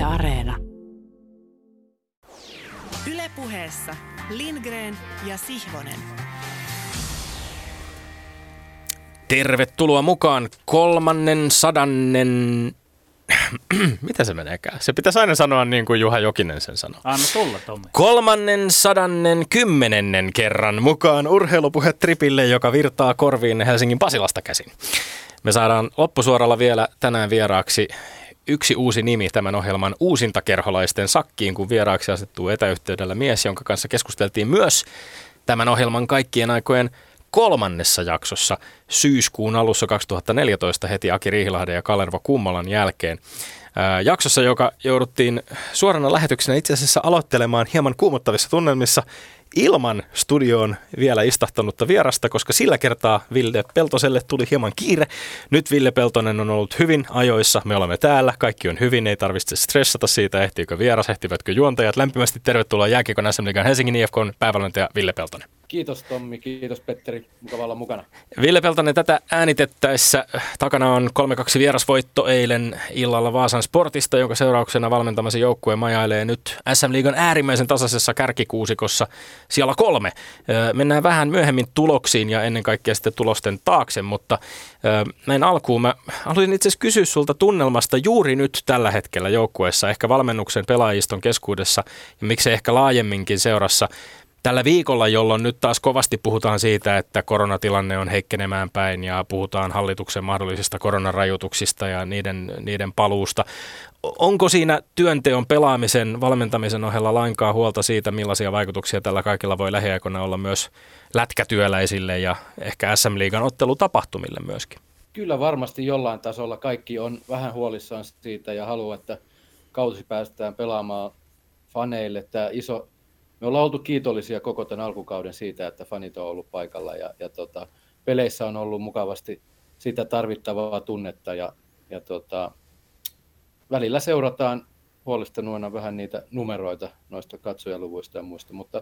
Areena. Yle Puheessa Lindgren ja Sihvonen. Tervetuloa mukaan 300. Mitä se meneekään? Se pitäisi aina sanoa niin kuin Juha Jokinen sen sanoo. Anna tulla, Tommi. 310 kerran mukaan urheilupuhe-tripille, joka virtaa korviin Helsingin Pasilasta käsin. Me saadaan loppusuoralla vielä tänään vieraaksi yksi uusi nimi tämän ohjelman uusintakerholaisten sakkiin, kun vieraaksi asettuu etäyhteydellä mies, jonka kanssa keskusteltiin myös tämän ohjelman kaikkien aikojen 3. jaksossa syyskuun alussa 2014 heti Aki Riihilahden ja Kalervo Kummolan jälkeen. Jaksossa, joka jouduttiin suorana lähetyksenä itse asiassa aloittelemaan hieman kuumottavissa tunnelmissa ilman studioon vielä istahtanutta vierasta, koska sillä kertaa Ville Peltoselle tuli hieman kiire. Nyt Ville Peltonen on ollut hyvin ajoissa. Me olemme täällä. Kaikki on hyvin. Ei tarvitse stressata siitä, ehtiikö vieras, ehtivätkö juontajat. Lämpimästi tervetuloa Jääkiekon SM-liigan Helsingin IFK:n päävalmentaja Ville Peltonen. Kiitos Tommi, kiitos Petteri. Mukava olla mukana. Ville Peltonen, tätä äänitettäessä takana on 3-2 vierasvoitto eilen illalla Vaasan Sportista, jonka seurauksena valmentamasi joukkue majailee nyt SM-liigan äärimmäisen tasaisessa kärkikuusikossa siellä 3. Mennään vähän myöhemmin tuloksiin ja ennen kaikkea sitten tulosten taakse, mutta näin alkuun mä haluaisin itse asiassa kysyä sulta tunnelmasta juuri nyt tällä hetkellä joukkueessa, ehkä valmennuksen pelaajiston keskuudessa ja miksei ehkä laajemminkin seurassa. Tällä viikolla, jolloin nyt taas kovasti puhutaan siitä, että koronatilanne on heikkenemään päin ja puhutaan hallituksen mahdollisista koronarajoituksista ja niiden paluusta. Onko siinä työnteon, pelaamisen, valmentamisen ohella lainkaan huolta siitä, millaisia vaikutuksia tällä kaikilla voi lähiaikoina olla myös lätkätyöläisille ja ehkä SM-liigan ottelutapahtumille myöskin? Kyllä varmasti jollain tasolla kaikki on vähän huolissaan siitä ja haluaa, että kausi päästään pelaamaan faneille. Tämä me ollaan oltu kiitollisia koko tämän alkukauden siitä, että fanit on ollut paikalla ja peleissä on ollut mukavasti sitä tarvittavaa tunnetta ja välillä seurataan huolestuneena vähän niitä numeroita noista katsojaluvuista ja muista, mutta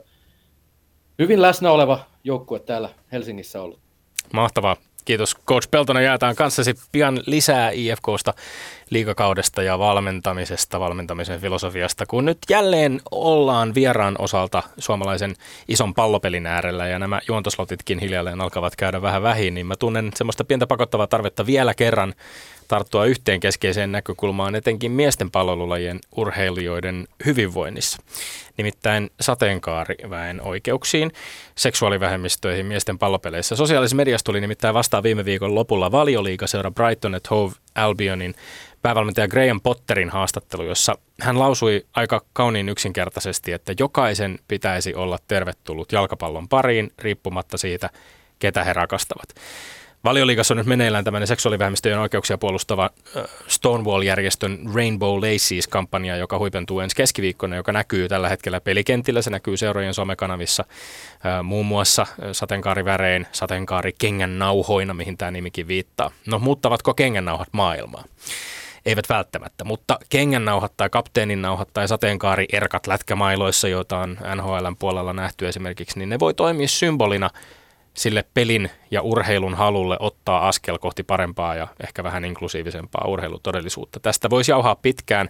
hyvin läsnä oleva joukkue täällä Helsingissä ollut. Mahtavaa. Kiitos Coach Peltonen. Jaetaan kanssasi pian lisää IFK:sta, liigakaudesta ja valmentamisen filosofiasta. Kun nyt jälleen ollaan vieraan osalta suomalaisen ison pallopelin äärellä ja nämä juontoslotitkin hiljalleen alkavat käydä vähän vähin, niin mä tunnen semmoista pientä pakottavaa tarvetta vielä kerran tarttua yhteen keskeiseen näkökulmaan, etenkin miesten palvelulajien urheilijoiden hyvinvoinnissa. Nimittäin sateenkaariväen oikeuksiin, seksuaalivähemmistöihin miesten pallopeleissä. Sosiaalisessa mediassa tuli nimittäin vastaan viime viikon lopulla Valioliigaseura Brighton & Hove Albionin päävalmentaja Graham Potterin haastattelu, jossa hän lausui aika kauniin yksinkertaisesti, että jokaisen pitäisi olla tervetullut jalkapallon pariin riippumatta siitä, ketä he rakastavat. Valioliigassa on nyt meneillään tämmöinen seksuaalivähemmistöjen oikeuksia puolustava Stonewall-järjestön Rainbow Laces-kampanja, joka huipentuu ensi keskiviikkona, joka näkyy tällä hetkellä pelikentillä. Se näkyy seurojen somekanavissa muun muassa sateenkaarivärein, sateenkaarikengän nauhoina, mihin tämä nimikin viittaa. No, muuttavatko kengännauhat maailmaa? Eivät välttämättä, mutta kengännauhat tai kapteenin nauhat tai sateenkaarierkat lätkämailoissa, joita on NHL:n puolella nähty esimerkiksi, niin ne voi toimia symbolina sille pelin ja urheilun halulle ottaa askel kohti parempaa ja ehkä vähän inklusiivisempaa urheilutodellisuutta. Tästä voisi jauhaa pitkään,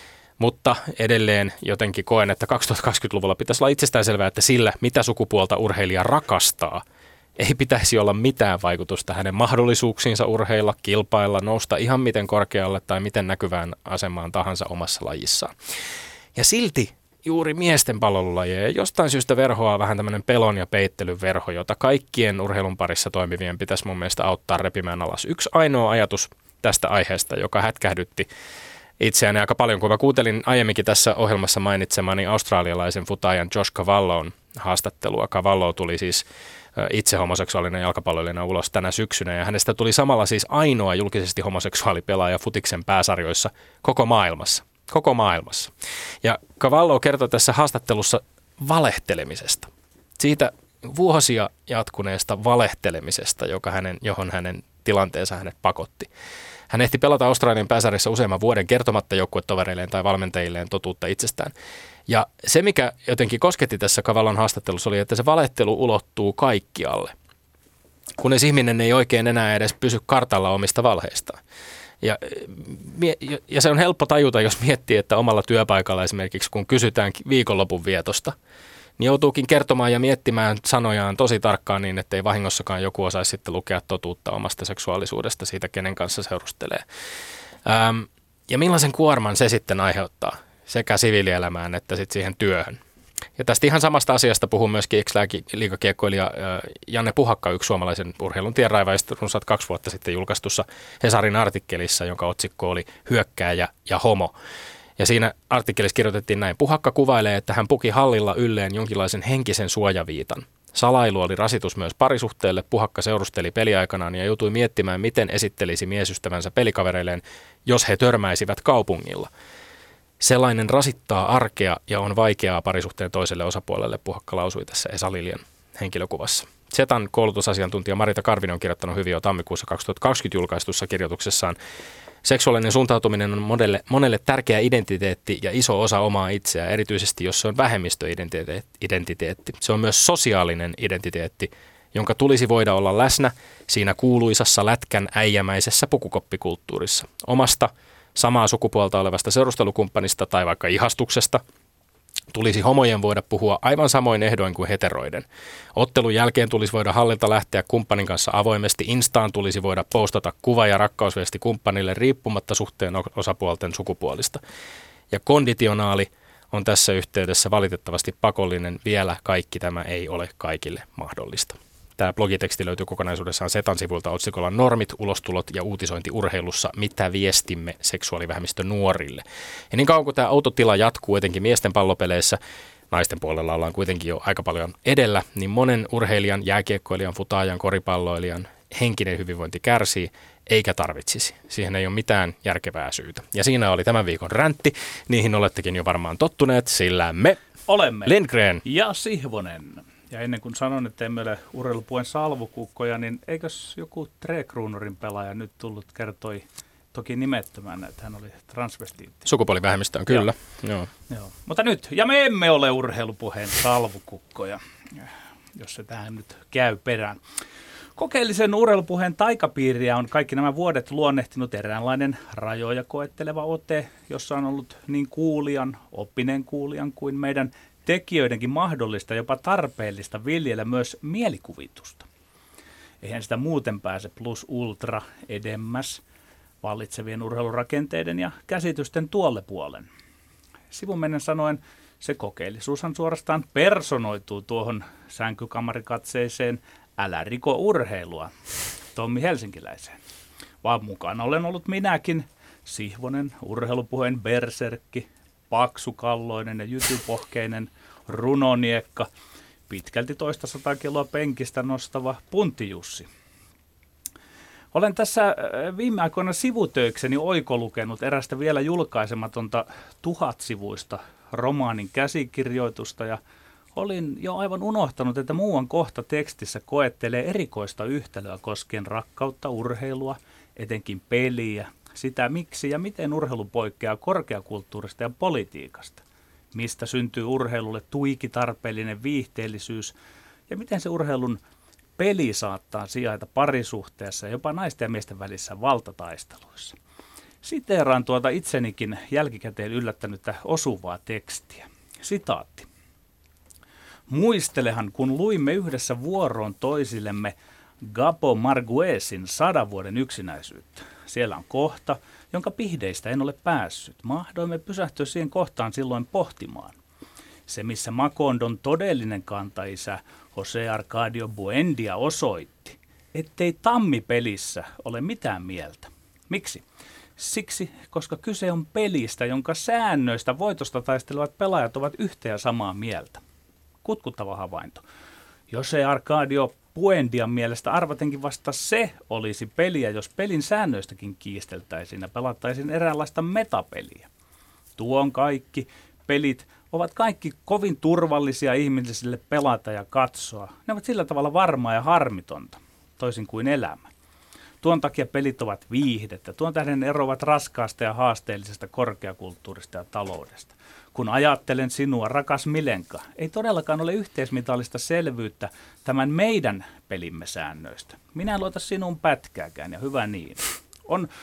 mutta edelleen jotenkin koen, että 2020-luvulla pitäisi olla itsestäänselvää, että sillä, mitä sukupuolta urheilija rakastaa, ei pitäisi olla mitään vaikutusta hänen mahdollisuuksiinsa urheilla, kilpailla, nousta ihan miten korkealle tai miten näkyvään asemaan tahansa omassa lajissaan. Ja silti juuri miesten palvelulajia ja jostain syystä verhoaa vähän tämmöinen pelon ja peittelyn verho, jota kaikkien urheilun parissa toimivien pitäisi mun mielestä auttaa repimään alas. Yksi ainoa ajatus tästä aiheesta, joka hätkähdytti itseäni aika paljon, kun mä kuuntelin aiemminkin tässä ohjelmassa mainitsemani australialaisen futaajan Josh Cavallon haastattelua. Cavallo tuli siis itse homoseksuaalinen jalkapalloilijana ulos tänä syksynä ja hänestä tuli samalla siis ainoa julkisesti homoseksuaalipelaaja futiksen pääsarjoissa koko maailmassa. Koko maailmassa. Ja Cavallo kertoi tässä haastattelussa valehtelemisesta. Siitä vuosia jatkuneesta valehtelemisesta, johon hänen tilanteensa hänet pakotti. Hän ehti pelata Australian pääsarjassa useamman vuoden kertomatta joukkuetovereilleen tai valmentajilleen totuutta itsestään. Ja se, mikä jotenkin kosketti tässä Cavallon haastattelussa, oli, että se valehtelu ulottuu kaikkialle, kunnes ihminen ei oikein enää edes pysy kartalla omista valheistaan. Ja se on helppo tajuta, jos miettii, että omalla työpaikalla esimerkiksi, kun kysytään viikonlopun vietosta, niin joutuukin kertomaan ja miettimään sanojaan tosi tarkkaan niin, että ei vahingossakaan joku osaisi sitten lukea totuutta omasta seksuaalisuudesta siitä, kenen kanssa seurustelee. Ja millaisen kuorman se sitten aiheuttaa sekä siviilielämään että sitten siihen työhön. Ja tästä ihan samasta asiasta puhuu myöskin ex-liigakiekkoilija Janne Puhakka, yksi suomalaisen urheilun tienraivaajista runsaat 2 vuotta sitten julkaistussa Hesarin artikkelissa, jonka otsikko oli Hyökkääjä ja homo. Ja siinä artikkelissa kirjoitettiin näin: Puhakka kuvailee, että hän puki hallilla ylleen jonkinlaisen henkisen suojaviitan. Salailu oli rasitus myös parisuhteelle. Puhakka seurusteli peliaikanaan ja joutui miettimään, miten esittelisi miesystävänsä pelikavereilleen, jos he törmäisivät kaupungilla. Sellainen rasittaa arkea ja on vaikeaa parisuhteen toiselle osapuolelle, Puhakka lausui tässä Esa Liljan henkilökuvassa. Zetan koulutusasiantuntija Marita Karvinen on kirjoittanut hyvin jo tammikuussa 2020 julkaistussa kirjoituksessaan: seksuaalinen suuntautuminen on monelle tärkeä identiteetti ja iso osa omaa itseä, erityisesti jos se on vähemmistöidentiteetti. Se on myös sosiaalinen identiteetti, jonka tulisi voida olla läsnä siinä kuuluisassa lätkän äijämäisessä pukukoppikulttuurissa. Omasta samaa sukupuolta olevasta seurustelukumppanista tai vaikka ihastuksesta tulisi homojen voida puhua aivan samoin ehdoin kuin heteroiden. Ottelun jälkeen tulisi voida hallilta lähteä kumppanin kanssa avoimesti. Instaan tulisi voida postata kuva ja rakkausviesti kumppanille riippumatta suhteen osapuolten sukupuolista. Ja konditionaali on tässä yhteydessä valitettavasti pakollinen. Vielä kaikki tämä ei ole kaikille mahdollista. Tämä blogiteksti löytyy kokonaisuudessaan Zetan sivuilta otsikolla Normit, ulostulot ja uutisointi urheilussa. Mitä viestimme seksuaalivähemmistö nuorille? Ja niin kauan kuin tämä outo tila jatkuu etenkin miesten pallopeleissä, naisten puolella ollaan kuitenkin jo aika paljon edellä, niin monen urheilijan, jääkiekkoilijan, futaajan, koripalloilijan henkinen hyvinvointi kärsii, eikä tarvitsisi. Siihen ei ole mitään järkevää syytä. Ja siinä oli tämän viikon räntti. Niihin olettekin jo varmaan tottuneet, sillä me olemme Lindgren ja Sihvonen. Ja ennen kuin sanon, että emme ole urheilupuen salvukukkoja, niin eikös joku Tre Kruunurin pelaaja nyt tullut kertoi toki nimettömänä, että hän oli transvestiitti. Sukupuolivähemmistöön, kyllä. Joo. Mutta nyt, ja me emme ole urheilupuheen salvukukkoja, jos se tähän nyt käy perään. Kokeellisen urheilupuheen taikapiiriä on kaikki nämä vuodet luonnehtinut eräänlainen rajoja koetteleva ote, jossa on ollut niin kuulijan, oppineen kuulijan kuin meidän tekijöidenkin mahdollista, jopa tarpeellista viljellä myös mielikuvitusta. Eihän sitä muuten pääse plus ultra edemmäs vallitsevien urheilurakenteiden ja käsitysten tuolle puolen. Sivumennen sanoen se kokeellisuushan suorastaan personoituu tuohon sänkykamarikatseiseen älä riko urheilua Tommi Helsinkiläiseen. Vaan mukana olen ollut minäkin, Sihvonen, urheilupuheen berserkki, paksukalloinen ja jytypohkeinen runoniekka, pitkälti 200 kiloa penkistä nostava Puntti-Jussi. Olen tässä viime aikoina sivutöikseni oikolukenut erästä vielä julkaisematonta 1000-sivuista romaanin käsikirjoitusta ja olin jo aivan unohtanut, että muuan kohta tekstissä koettelee erikoista yhtälöä koskien rakkautta, urheilua, etenkin peliä, sitä miksi ja miten urheilu poikkeaa korkeakulttuurista ja politiikasta, mistä syntyy urheilulle tuiki tarpeellinen viihteellisyys ja miten se urheilun peli saattaa sijaita parisuhteessa ja jopa naisten ja miesten välissä valtataisteluissa. Siteeraan tuota itsenikin jälkikäteen yllättänyttä osuvaa tekstiä. Sitaatti. Muistelehan, kun luimme yhdessä vuoroon toisillemme Gabo Marguesin 100 vuoden yksinäisyyttä. Siellä on kohta, jonka pihdeistä en ole päässyt. Mahdoimme pysähtyä siihen kohtaan silloin pohtimaan. Se, missä Macondon todellinen kantaisä Jose Arcadio Buendia osoitti, ettei tammipelissä ole mitään mieltä. Miksi? Siksi, koska kyse on pelistä, jonka säännöistä voitosta taistelevat pelaajat ovat yhtä ja samaa mieltä. Kutkuttava havainto. Jose Arcadio Buendian mielestä arvatenkin vasta se olisi peliä, jos pelin säännöistäkin kiisteltäisiin ja pelattaisiin eräänlaista metapeliä. Tuon kaikki pelit ovat kaikki kovin turvallisia ihmisille pelata ja katsoa. Ne ovat sillä tavalla varmaa ja harmitonta, toisin kuin elämä. Tuon takia pelit ovat viihdettä. Tuon tähden eroavat raskaasta ja haasteellisesta korkeakulttuurista ja taloudesta. Kun ajattelen sinua, rakas Milenka, ei todellakaan ole yhteismitallista selvyyttä tämän meidän pelimme säännöistä. Minä en luota sinun pätkääkään, ja hyvä niin. On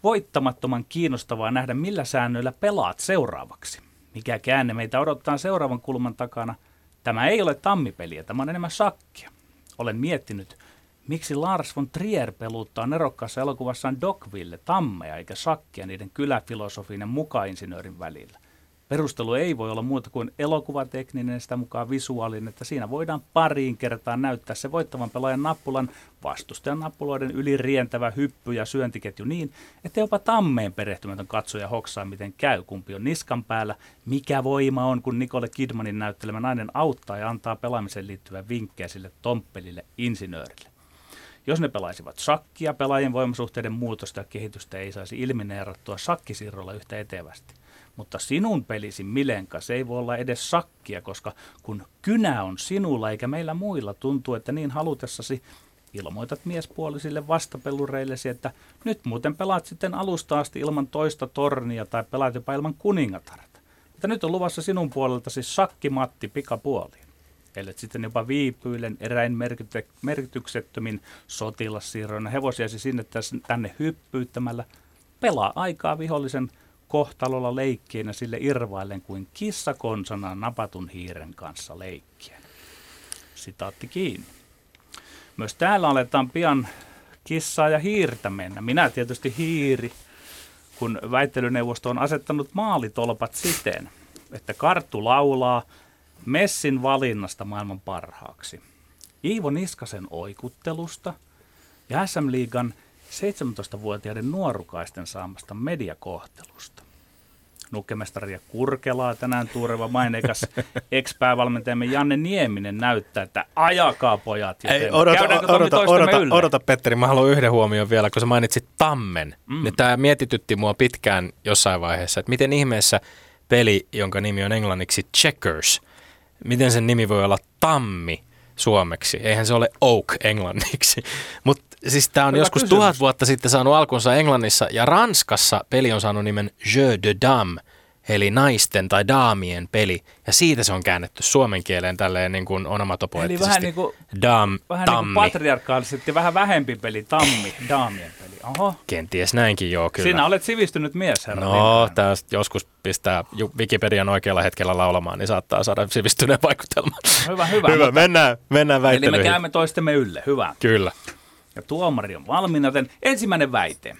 voittamattoman kiinnostavaa nähdä, millä säännöillä pelaat seuraavaksi. Mikä käänne meitä odottaa seuraavan kulman takana. Tämä ei ole tammipeliä, tämä on enemmän shakkia. Olen miettinyt, miksi Lars von Trier peluuttaa nerokkaassa elokuvassaan Dogville tammeja eikä shakkia niiden kyläfilosofin ja mukainsinöörin välillä. Perustelu ei voi olla muuta kuin elokuvatekninen, sitä mukaan visuaalinen, että siinä voidaan pariin kertaan näyttää se voittavan pelaajan nappulan vastustajan nappuloiden yli rientävä hyppy- ja syöntiketju niin, että jopa tammeen perehtymätön katsoja hoksaa, miten käy, kumpi on niskan päällä, mikä voima on, kun Nicole Kidmanin näyttelemä nainen auttaa ja antaa pelaamiseen liittyvää vinkkejä sille tomppelille insinöörille. Jos ne pelaisivat shakkia, pelaajien voimasuhteiden muutosta ja kehitystä ei saisi ilmineerattua shakkisiirrolla yhtä etevästi. Mutta sinun pelisi Milenka, se ei voi olla edes shakkia, koska kun kynä on sinulla eikä meillä muilla, tuntuu, että niin halutessasi ilmoitat miespuolisille vastapelureillesi, että nyt muuten pelaat sitten alusta asti ilman toista tornia tai pelaat jopa ilman kuningatarta. Että nyt on luvassa sinun puoleltasi shakkimatti pikapuoliin. Ellet sitten jopa viipyillen eräin merkityksettömin sotilassiirroina hevosiasi sinne tänne hyppyyttämällä, pelaa aikaa vihollisen kohtalolla leikkienä sille irvaillen kuin kissa konsanaan napatun hiiren kanssa leikkien. Sitaatti kiinni. Myös täällä aletaan pian kissaa ja hiirtä mennä. Minä tietysti hiiri, kun väittelyneuvosto on asettanut maalitolpat siten, että karttu laulaa Messin valinnasta maailman parhaaksi, Iivo Niskasen oikuttelusta ja SM-liigan 17-vuotiaiden nuorukaisten saamasta mediakohtelusta. Nukkemestaria Kurkelaa tänään tuureva maineikas ex-päävalmentajamme Janne Nieminen näyttää, että ajakaa pojat. Ei, odota Petteri, mä haluan yhden huomion vielä, kun sä mainitsit tammen. Niin tämä mietitytti mua pitkään jossain vaiheessa, että miten ihmeessä peli, jonka nimi on englanniksi Checkers, miten sen nimi voi olla tammi suomeksi? Eihän se ole oak englanniksi. Mutta siis tämä on joskus 1000 vuotta sitten saanut alkunsa Englannissa ja Ranskassa peli on saanut nimen Jeu de Dame, eli naisten tai daamien peli. Ja siitä se on käännetty suomen kieleen tälleen niin kuin onomatopoeettisesti. Eli vähän niin kuin, patriarkaalisesti ja vähän vähempi peli, tammi, daamien peli. Oho. Kenties näinkin, joo, kyllä. Sinä olet sivistynyt mies, herra. No, tämä joskus pistää Wikipedian oikealla hetkellä laulamaan, niin saattaa saada sivistyneen vaikutelman. Hyvä, mennään väittelyihin. Eli me käymme toistemme ylle, hyvä. Kyllä. Ja tuomari on valmiina, joten ensimmäinen väite.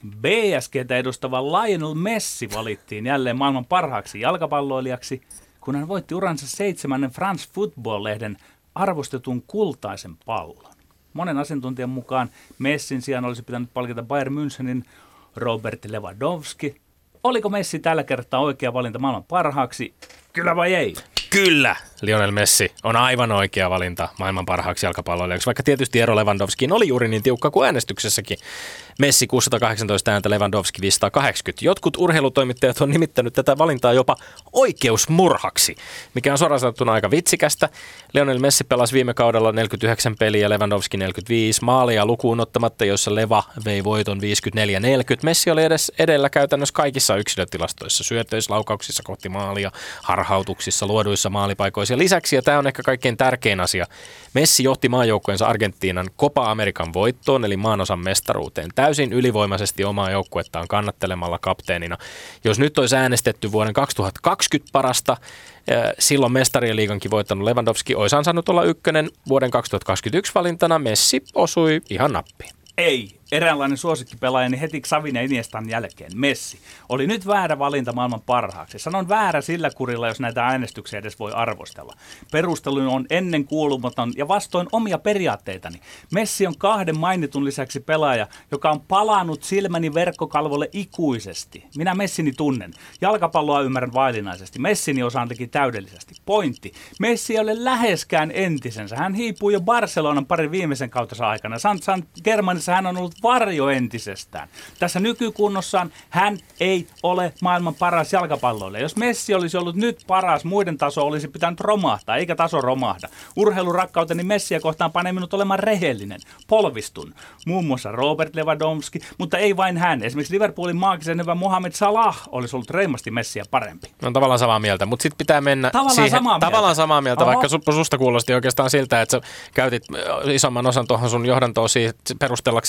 BSG:tä edustava Lionel Messi valittiin jälleen maailman parhaaksi jalkapalloilijaksi, kun hän voitti uransa 7. France Football-lehden arvostetun kultaisen pallon. Monen asiantuntijan mukaan Messin sijaan olisi pitänyt palkita Bayern Münchenin Robert Lewandowski. Oliko Messi tällä kertaa oikea valinta maailman parhaaksi? Kyllä vai ei? Kyllä, Lionel Messi on aivan oikea valinta maailman parhaaksi jalkapalloilijaksi, vaikka tietysti ero Lewandowskiin oli juuri niin tiukka kuin äänestyksessäkin. Messi 618 ääntä, Lewandowski 580. Jotkut urheilutoimittajat on nimittänyt tätä valintaa jopa oikeusmurhaksi, mikä on suoraan sanottuna aika vitsikästä. Lionel Messi pelasi viime kaudella 49 peliä, Lewandowski 45 maalia lukuun ottamatta, joissa Leva vei voiton 54-40. Messi oli edes edellä käytännössä kaikissa yksilötilastoissa, syötöissä, laukauksissa kohti maalia, harhautuksissa, luoduissa maalipaikoissa. Ja lisäksi, ja tämä on ehkä kaikkein tärkein asia, Messi johti maajoukkueensa Argentiinan Copa American voittoon, eli maanosan mestaruuteen, täysin ylivoimaisesti omaa joukkuettaan kannattelemalla kapteenina. Jos nyt olisi äänestetty vuoden 2020 parasta, silloin mestarien liigankin voittanut Lewandowski olisi ansainnut olla ykkönen. Vuoden 2021 valintana Messi osui ihan nappiin. Ei. Eräänlainen suosikkipelaajani heti Xavin ja Iniestan jälkeen, Messi, oli nyt väärä valinta maailman parhaaksi. Sanon väärä sillä kurilla, jos näitä äänestyksiä edes voi arvostella. Perustelu on ennenkuulumaton ja vastoin omia periaatteitani. Messi on 2 mainitun lisäksi pelaaja, joka on palannut silmäni verkkokalvolle ikuisesti. Minä Messini tunnen. Jalkapalloa ymmärrän vaillinaisesti. Messini osaan teki täydellisesti. Pointti. Messi ei ole läheskään entisensä. Hän hiipui jo Barcelonan parin viimeisen kautensa aikana. San Germanissa hän on ollut varjo entisestään. Tässä nykykunnossaan hän ei ole maailman paras jalkapalloilija. Jos Messi olisi ollut nyt paras, muiden taso olisi pitänyt romahtaa, eikä taso romahda. Urheilurakkauteni Messiä kohtaan panee minut olemaan rehellinen. Polvistun. Muun muassa Robert Lewandowski, mutta ei vain hän. Esimerkiksi Liverpoolin maagisen hyvä Mohamed Salah olisi ollut reimasti Messiä parempi. No tavallaan samaa mieltä, mutta sitten pitää mennä tavallaan samaa mieltä, vaikka susta kuulosti oikeastaan siltä, että sä käytit isomman osan tuohon sun johdantoon perustellaksesi, minkä takia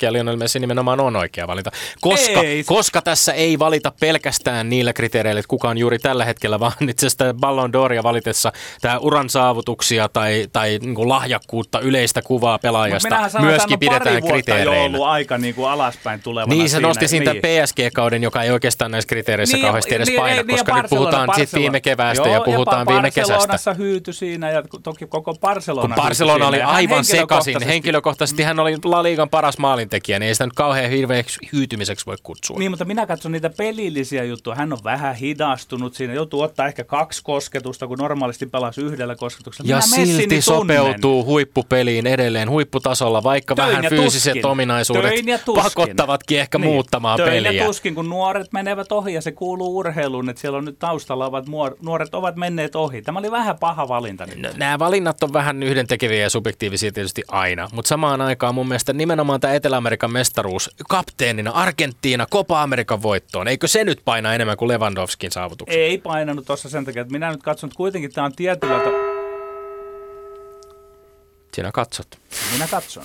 takia Lionel Messi nimenomaan on oikea valinta. Koska tässä ei valita pelkästään niillä kriteereillä, että kuka on juuri tällä hetkellä, vaan itse asiassa Ballon d'Oria valitessa tämä uran saavutuksia tai niin kuin lahjakkuutta, yleistä kuvaa pelaajasta myöskin pidetään kriteereinä. Jo ollut aika niin kuin alaspäin tulevana. Niin, se nosti siinä PSG-kauden, joka ei oikeastaan näissä kriteereissä kauheasti edes paina, koska nyt puhutaan sitten viime keväästä ja puhutaan viime kesästä. Barcelonassa hyytyi siinä ja toki koko Barcelona. Kun Barcelona oli aivan sekaisin. Henkilökohtaisesti hän oli La Ligan paras maalintekijä, niin ei sitä nyt kauhean hirveäksi hyytymiseksi voi kutsua. Niin, mutta minä katson niitä pelillisiä juttuja. Hän on vähän hidastunut siinä. Joutuu ottaa ehkä 2 kosketusta, kun normaalisti pelasi 1 kosketuksella. Ja silti sopeutuu huippupeliin edelleen huipputasolla, vaikka vähän fyysiset ominaisuudet pakottavatkin ehkä muuttamaan peliä. Ja tuskin, kun nuoret menevät ohi ja se kuuluu urheiluun, että siellä on nyt taustalla nuoret ovat menneet ohi. Tämä oli vähän paha valinta. Nämä valinnat on vähän yhdentekeviä ja subjektiivisia tietysti aina, mutta samaan aikaan mun mielestä nimenomaan tämä Etelä-Amerikan mestaruus kapteenina Argentiina Copa Amerikan voittoon. Eikö se nyt paina enemmän kuin Lewandowskin saavutuksen? Ei painanut tuossa sen takia, että minä nyt katson, että kuitenkin tämä on tietyllä... Sinä katsot. Minä katson.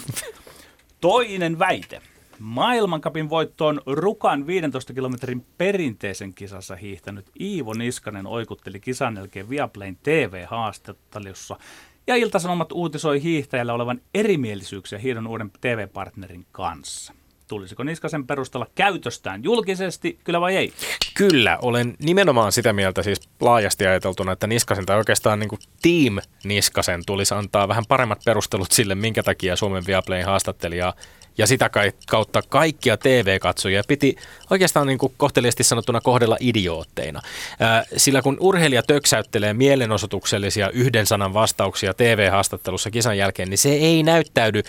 Toinen väite. Maailmancupin voittoon Rukan 15 kilometrin perinteisen kisassa hiihtänyt Iivo Niskanen oikutteli kisan jälkeen Viaplayn TV-haastattelussa. Ja Ilta-Sanomat uutisoi hiihtäjällä olevan erimielisyyksiä hiidon uuden TV-partnerin kanssa. Tulisiko Niskasen perustella käytöstään julkisesti, kyllä vai ei? Kyllä, olen nimenomaan sitä mieltä siis laajasti ajateltuna, että Niskasen tai oikeastaan niin kuin Team Niskasen tulisi antaa vähän paremmat perustelut sille, minkä takia Suomen Viaplayn haastattelijaa ja sitä kautta kaikkia TV-katsojia piti oikeastaan niin kuin kohteliaasti sanottuna kohdella idiootteina. Sillä kun urheilija töksäyttelee mielenosoituksellisia yhden sanan vastauksia TV-haastattelussa kisan jälkeen, niin se ei näyttäydy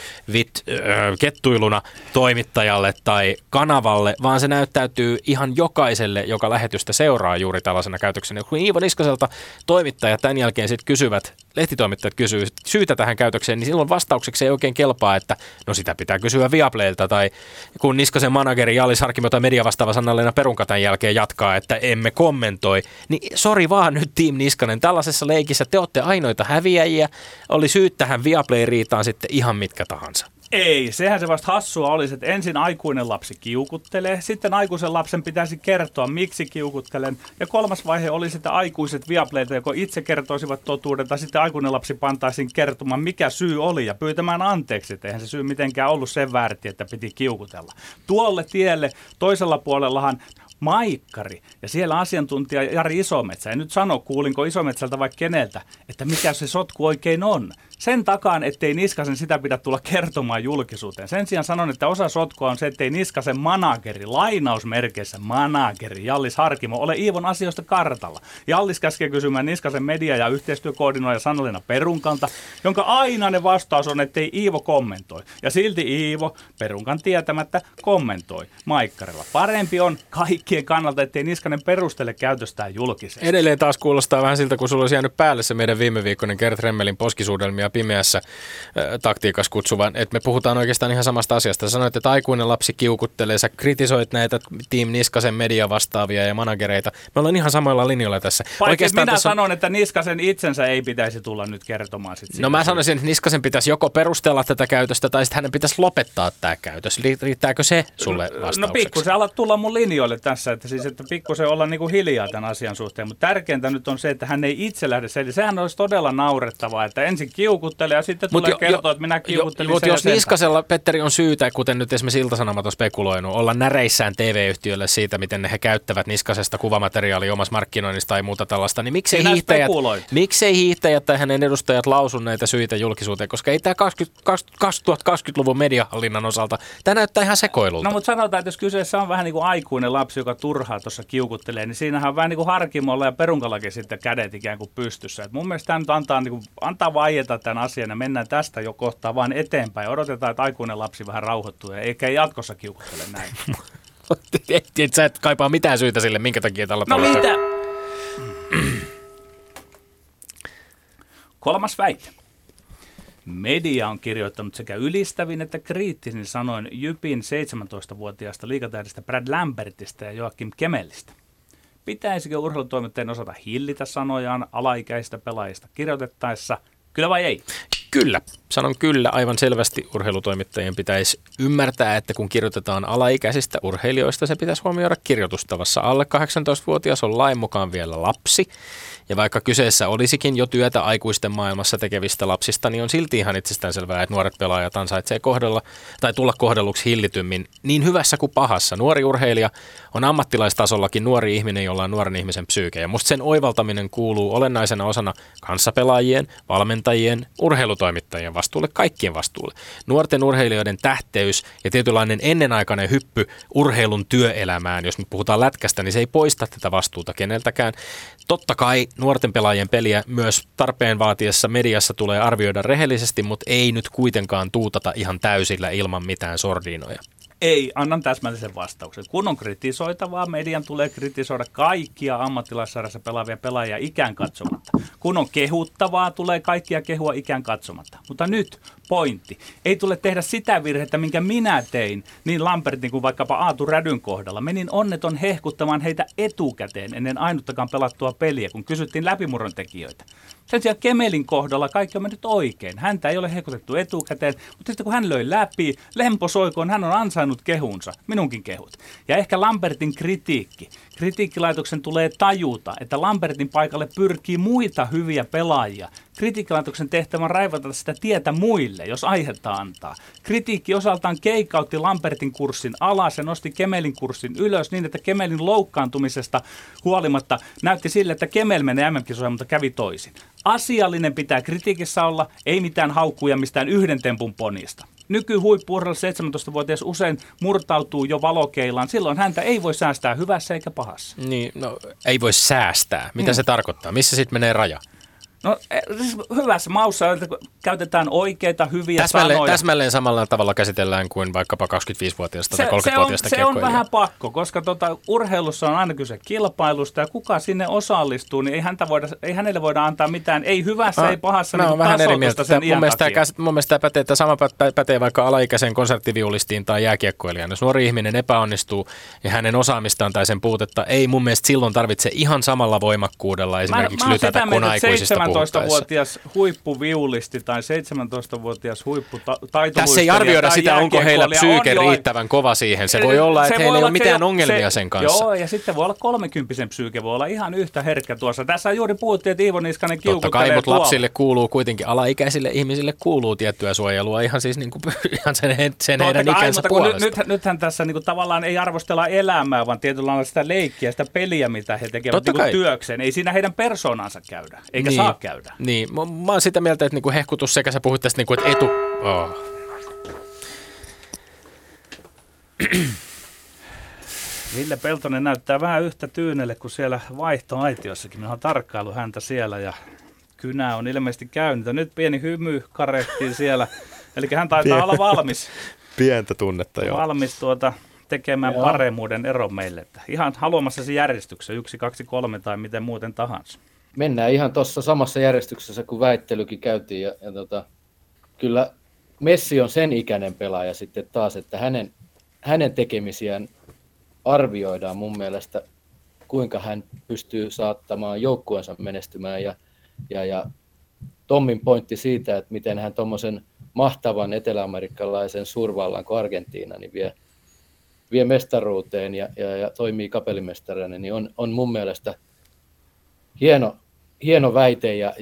kettuiluna toimittajalle tai kanavalle, vaan se näyttäytyy ihan jokaiselle, joka lähetystä seuraa juuri tällaisena käytöksenä. Kun Iivo Niskaselta toimittajat tämän jälkeen sitten kysyvät, lehtitoimittajat kysyy syytä tähän käytökseen, niin silloin vastaukseksi ei oikein kelpaa, että no sitä pitää kysyä Viaplaylta, tai kun Niskasen manageri Jallis Harkimo tai mediavastaava Sanna-Leena Perunka tämän jälkeen jatkaa, että emme kommentoi, niin sori vaan nyt Team Niskanen, tällaisessa leikissä te olette ainoita häviäjiä, oli syyt tähän Viaplay-riitaan sitten ihan mitkä tahansa. Ei, sehän se vasta hassua olisi, että ensin aikuinen lapsi kiukuttelee, sitten aikuisen lapsen pitäisi kertoa, miksi kiukuttelen, ja 3. vaihe olisi, että aikuiset Viaplaylta joko itse kertoisivat totuuden, tai sitten aikuinen lapsi pantaisiin kertomaan, mikä syy oli, ja pyytämään anteeksi, että eihän se syy mitenkään ollut sen väärti, että piti kiukutella. Tuolle tielle toisella puolellahan Maikkari ja siellä asiantuntija Jari Isometsä. En nyt sano, kuulinko Isometsältä vai keneltä, että mikä se sotku oikein on. Sen takaan, ettei Niskasen sitä pidä tulla kertomaan julkisuuteen. Sen sijaan sanon, että osa sotkua on se, ettei Niskasen manageri, lainausmerkeissä manageri, Jallis Harkimo, ole Iivon asioista kartalla. Jallis käskee kysymään Niskasen media- ja yhteistyökoordinoija Sanna-Leena Perunkalta, jonka ainainen vastaus on, ettei Iivo kommentoi. Ja silti Iivo, Perunkan tietämättä, kommentoi Maikkarilla. Parempi on kaikkien kannalta, ettei Niskanen perustele käytöstään julkisesti. Edelleen taas kuulostaa vähän siltä, kun sulla olisi jäänyt päälle se meidän viime viikkoinen Gert Remmelin poskisuudelmia pimeässä taktiikassa kutsuvan, että me puhutaan oikeastaan ihan samasta asiasta. Sä sanoit, että aikuinen lapsi kiukuttelee, sä kritisoit näitä Team Niskasen mediavastaavia ja managereita. Me ollaan ihan samoilla linjoilla tässä. Oikeastaan minä sanon, että Niskasen itsensä ei pitäisi tulla nyt kertomaan sit siitä. No mä sanoisin, että Niskasen pitäisi joko perustella tätä käytöstä tai sitten hänen pitäisi lopettaa tämä käytös. Riittääkö se sulle vastaukseksi? No pikkusen alat tulla mun linjoille tässä, että siis että pikkusen olla niinku hiljaa tämän asian suhteen, mutta tärkeintä nyt on se, että hän ei itse lähde sen. Sehän olisi todella naurettavaa, että ensin kiukuttelee ja sitten tulee kertoa, että minä kiukuttelin Mutta jos Niskasella, Petteri, on syytä, kuten nyt esimerkiksi Ilta-Sanomat on spekuloinut, olla näreissään TV-yhtiölle siitä, miten he käyttävät Niskasesta kuvamateriaalia omassa markkinoinnissa tai muuta tällaista, niin miksei hiihtäjät tai hänen edustajat lausu näitä syitä julkisuuteen, koska ei tämä 2020-luvun mediahallinnan osalta, tämä näyttää ihan sekoilulta. No mutta sanotaan, että jos kyseessä on vähän niin kuin aikuinen lapsi, joka turhaa tuossa kiukuttelee, niin siinähän on vähän niin kuin Harkimolla ja Perunkallakin sitten kädet ikään kuin pystyssä. Et mun mielestä tämä nyt antaa vaieta tämän asian ja mennään tästä jo kohtaa vaan eteenpäin. Odotetaan, että aikuinen lapsi vähän rauhoittuu eikä jatkossa kiukuttele näin. Sä et kaipaa mitään syytä sille, minkä takia tällä tavalla. No mitä? 3. väite. Media on kirjoittanut sekä ylistävin että kriittisin sanoin Jypin 17-vuotiaasta liigatähdestä Brad Lambertista ja Joakim Kemellistä. Pitäisikö urheilutoimittajien osata hillitä sanojaan alaikäisistä pelaajista kirjoitettaessa? Kyllä vai ei? Kyllä. sanon kyllä aivan selvästi. Urheilutoimittajien pitäisi ymmärtää, että kun kirjoitetaan alaikäisistä urheilijoista, se pitäisi huomioida kirjoitustavassa. Alle 18-vuotias on lain mukaan vielä lapsi. Ja vaikka kyseessä olisikin jo työtä aikuisten maailmassa tekevistä lapsista, niin on silti ihan itsestäänselvää, että nuoret pelaajat ansaitsee kohdella tai tulla kohdelluksi hillitymmin niin hyvässä kuin pahassa. Nuori urheilija on ammattilaistasollakin nuori ihminen, jolla on nuoren ihmisen psyyke. Ja musta sen oivaltaminen kuuluu olennaisena osana kanssapelaajien, valmentajien, urheilutoimittajien vastuulle, kaikkien vastuulle. Nuorten urheilijoiden tähteys ja tietynlainen ennenaikainen hyppy urheilun työelämään, jos nyt puhutaan lätkästä, niin se ei poista tätä vastuuta keneltäkään. Totta kai nuorten pelaajien peliä myös tarpeen vaatiessa mediassa tulee arvioida rehellisesti, mutta ei nyt kuitenkaan tuutata ihan täysillä ilman mitään sordiinoja. Ei, annan täsmällisen vastauksen. Kun on kritisoitavaa, median tulee kritisoida kaikkia ammattilaissarjassa pelaavia pelaajia ikään katsomatta. Kun on kehuttavaa, tulee kaikkia kehua ikään katsomatta. Mutta nyt pointti. Ei tule tehdä sitä virhettä, minkä minä tein, niin Lambertin kuin vaikkapa Aatu Rädyn kohdalla. Menin onneton hehkuttamaan heitä etukäteen ennen ainuttakaan pelattua peliä, kun kysyttiin läpimurron tekijöitä. Sen sijaan Kemelin kohdalla kaikki on mennyt oikein. Häntä ei ole hehkutettu etukäteen, mutta sitten kun hän löi läpi, lemposoikoon, hän on ansainnut kehunsa, minunkin kehut. Ja ehkä Lambertin kritiikkilaitoksen tulee tajuta, että Lambertin paikalle pyrkii muita hyviä pelaajia. Kritiikkilaitoksen tehtävä on raivata sitä tietä muille, jos aihetta antaa. Kritiikki osaltaan keikautti Lambertin kurssin alas ja nosti Kemelin kurssin ylös niin, että Kemelin loukkaantumisesta huolimatta näytti sille, että Kemel menee MM-kisoihin, mutta kävi toisin. Asiallinen pitää kritiikissä olla, ei mitään haukkuja mistään yhden tempun ponista. Nykyhuippu-urheilussa 17-vuotias usein murtautuu jo valokeilaan. Silloin häntä ei voi säästää hyvässä eikä pahassa. Niin, no ei voi säästää. Mitä se tarkoittaa? Missä sitten menee raja? No siis hyvässä maussa käytetään oikeita, hyviä sanoja. Täsmälleen samalla tavalla käsitellään kuin vaikkapa 25-vuotiaasta tai 30-vuotiaasta se on vähän pakko, koska urheilussa on aina kyse kilpailusta ja kuka sinne osallistuu, niin ei hänelle voida antaa mitään, ei hyvässä, ei pahassa niin tasoitusta sen iän takia. Mun mielestä tämä pätee, että sama pätee vaikka alaikäisen konserttiviulistiin tai jääkiekkoilijan. Jos nuori ihminen epäonnistuu ja hänen osaamistaan tai sen puutetta, ei mun mielestä silloin tarvitse ihan samalla voimakkuudella esimerkiksi lytätä kuin aikuisista puhuttaessa. 17-vuotias huippuviulisti tai 17-vuotias huipputaitoluistelija. Tässä ei arvioida sitä, onko heillä psyyke riittävän kova siihen. Se voi olla, että heillä ei ole mitään ongelmia sen kanssa. Joo, ja sitten voi olla 30 psyyke, voi olla ihan yhtä herkkä tuossa. Tässä juuri puhuttiin, että Iivo Niskanen kiukuttelee totta kai, mutta lapsille kuuluu kuitenkin, alaikäisille ihmisille kuuluu tiettyä suojelua ihan siis niin kuin, ihan sen heidän ikänsä puolesta. Nythän tässä niin kuin, tavallaan ei arvostella elämää, vaan tietyllä sitä leikkiä, sitä peliä, mitä he tekevät niin kuin työkseen. Ei siinä heidän persoonansa käydä, eikä saa käydä. Niin, mä oon sitä mieltä, että niinku hehkutus sekä sä puhuit tästä, niinku, että Ville Peltonen näyttää vähän yhtä tyynelle kuin siellä vaihtoaitiossakin. Minä olen tarkkailu häntä siellä ja kynä on ilmeisesti käynyt. Nyt pieni hymy karehtii siellä. Eli hän taitaa olla valmis. Pientä tunnetta, joo. Valmis tekemään paremmuuden eron meille. Että ihan haluamassasi järjestyksessä 1, 2, 3 tai miten muuten tahansa. Mennään ihan tuossa samassa järjestyksessä, kun väittelykin käytiin. Ja kyllä Messi on sen ikäinen pelaaja sitten taas, että hänen tekemisiään arvioidaan mun mielestä, kuinka hän pystyy saattamaan joukkueensa menestymään. Ja Tommin pointti siitä, että miten hän tuommoisen mahtavan eteläamerikkalaisen suurvallan kuin Argentiina niin vie mestaruuteen ja toimii kapellimestarina, niin on mun mielestä hieno väite ja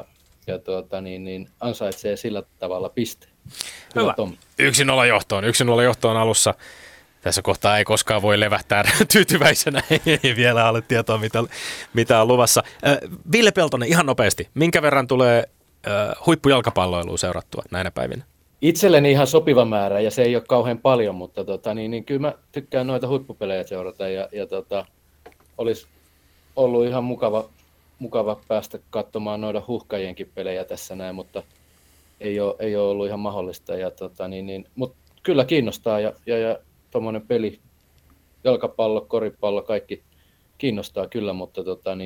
ansaitsee sillä tavalla piste. Hyvä. 1-0 johtoon alussa. Tässä kohtaa ei koskaan voi levähtää tyytyväisenä. Ei vielä ole tietoa, mitä on luvassa. Ville Peltonen, ihan nopeasti. Minkä verran tulee huippujalkapalloilua seurattua näinä päivinä? Itselleni ihan sopiva määrä ja se ei ole kauhean paljon, mutta kyllä mä tykkään noita huippupelejä seurata ja olisi ollut ihan mukava päästä katsomaan noiden huuhkajienkin pelejä tässä näin, mutta ei ole ollut ihan mahdollista. Mutta kyllä kiinnostaa ja tuommoinen peli, jalkapallo, koripallo, kaikki kiinnostaa kyllä, mutta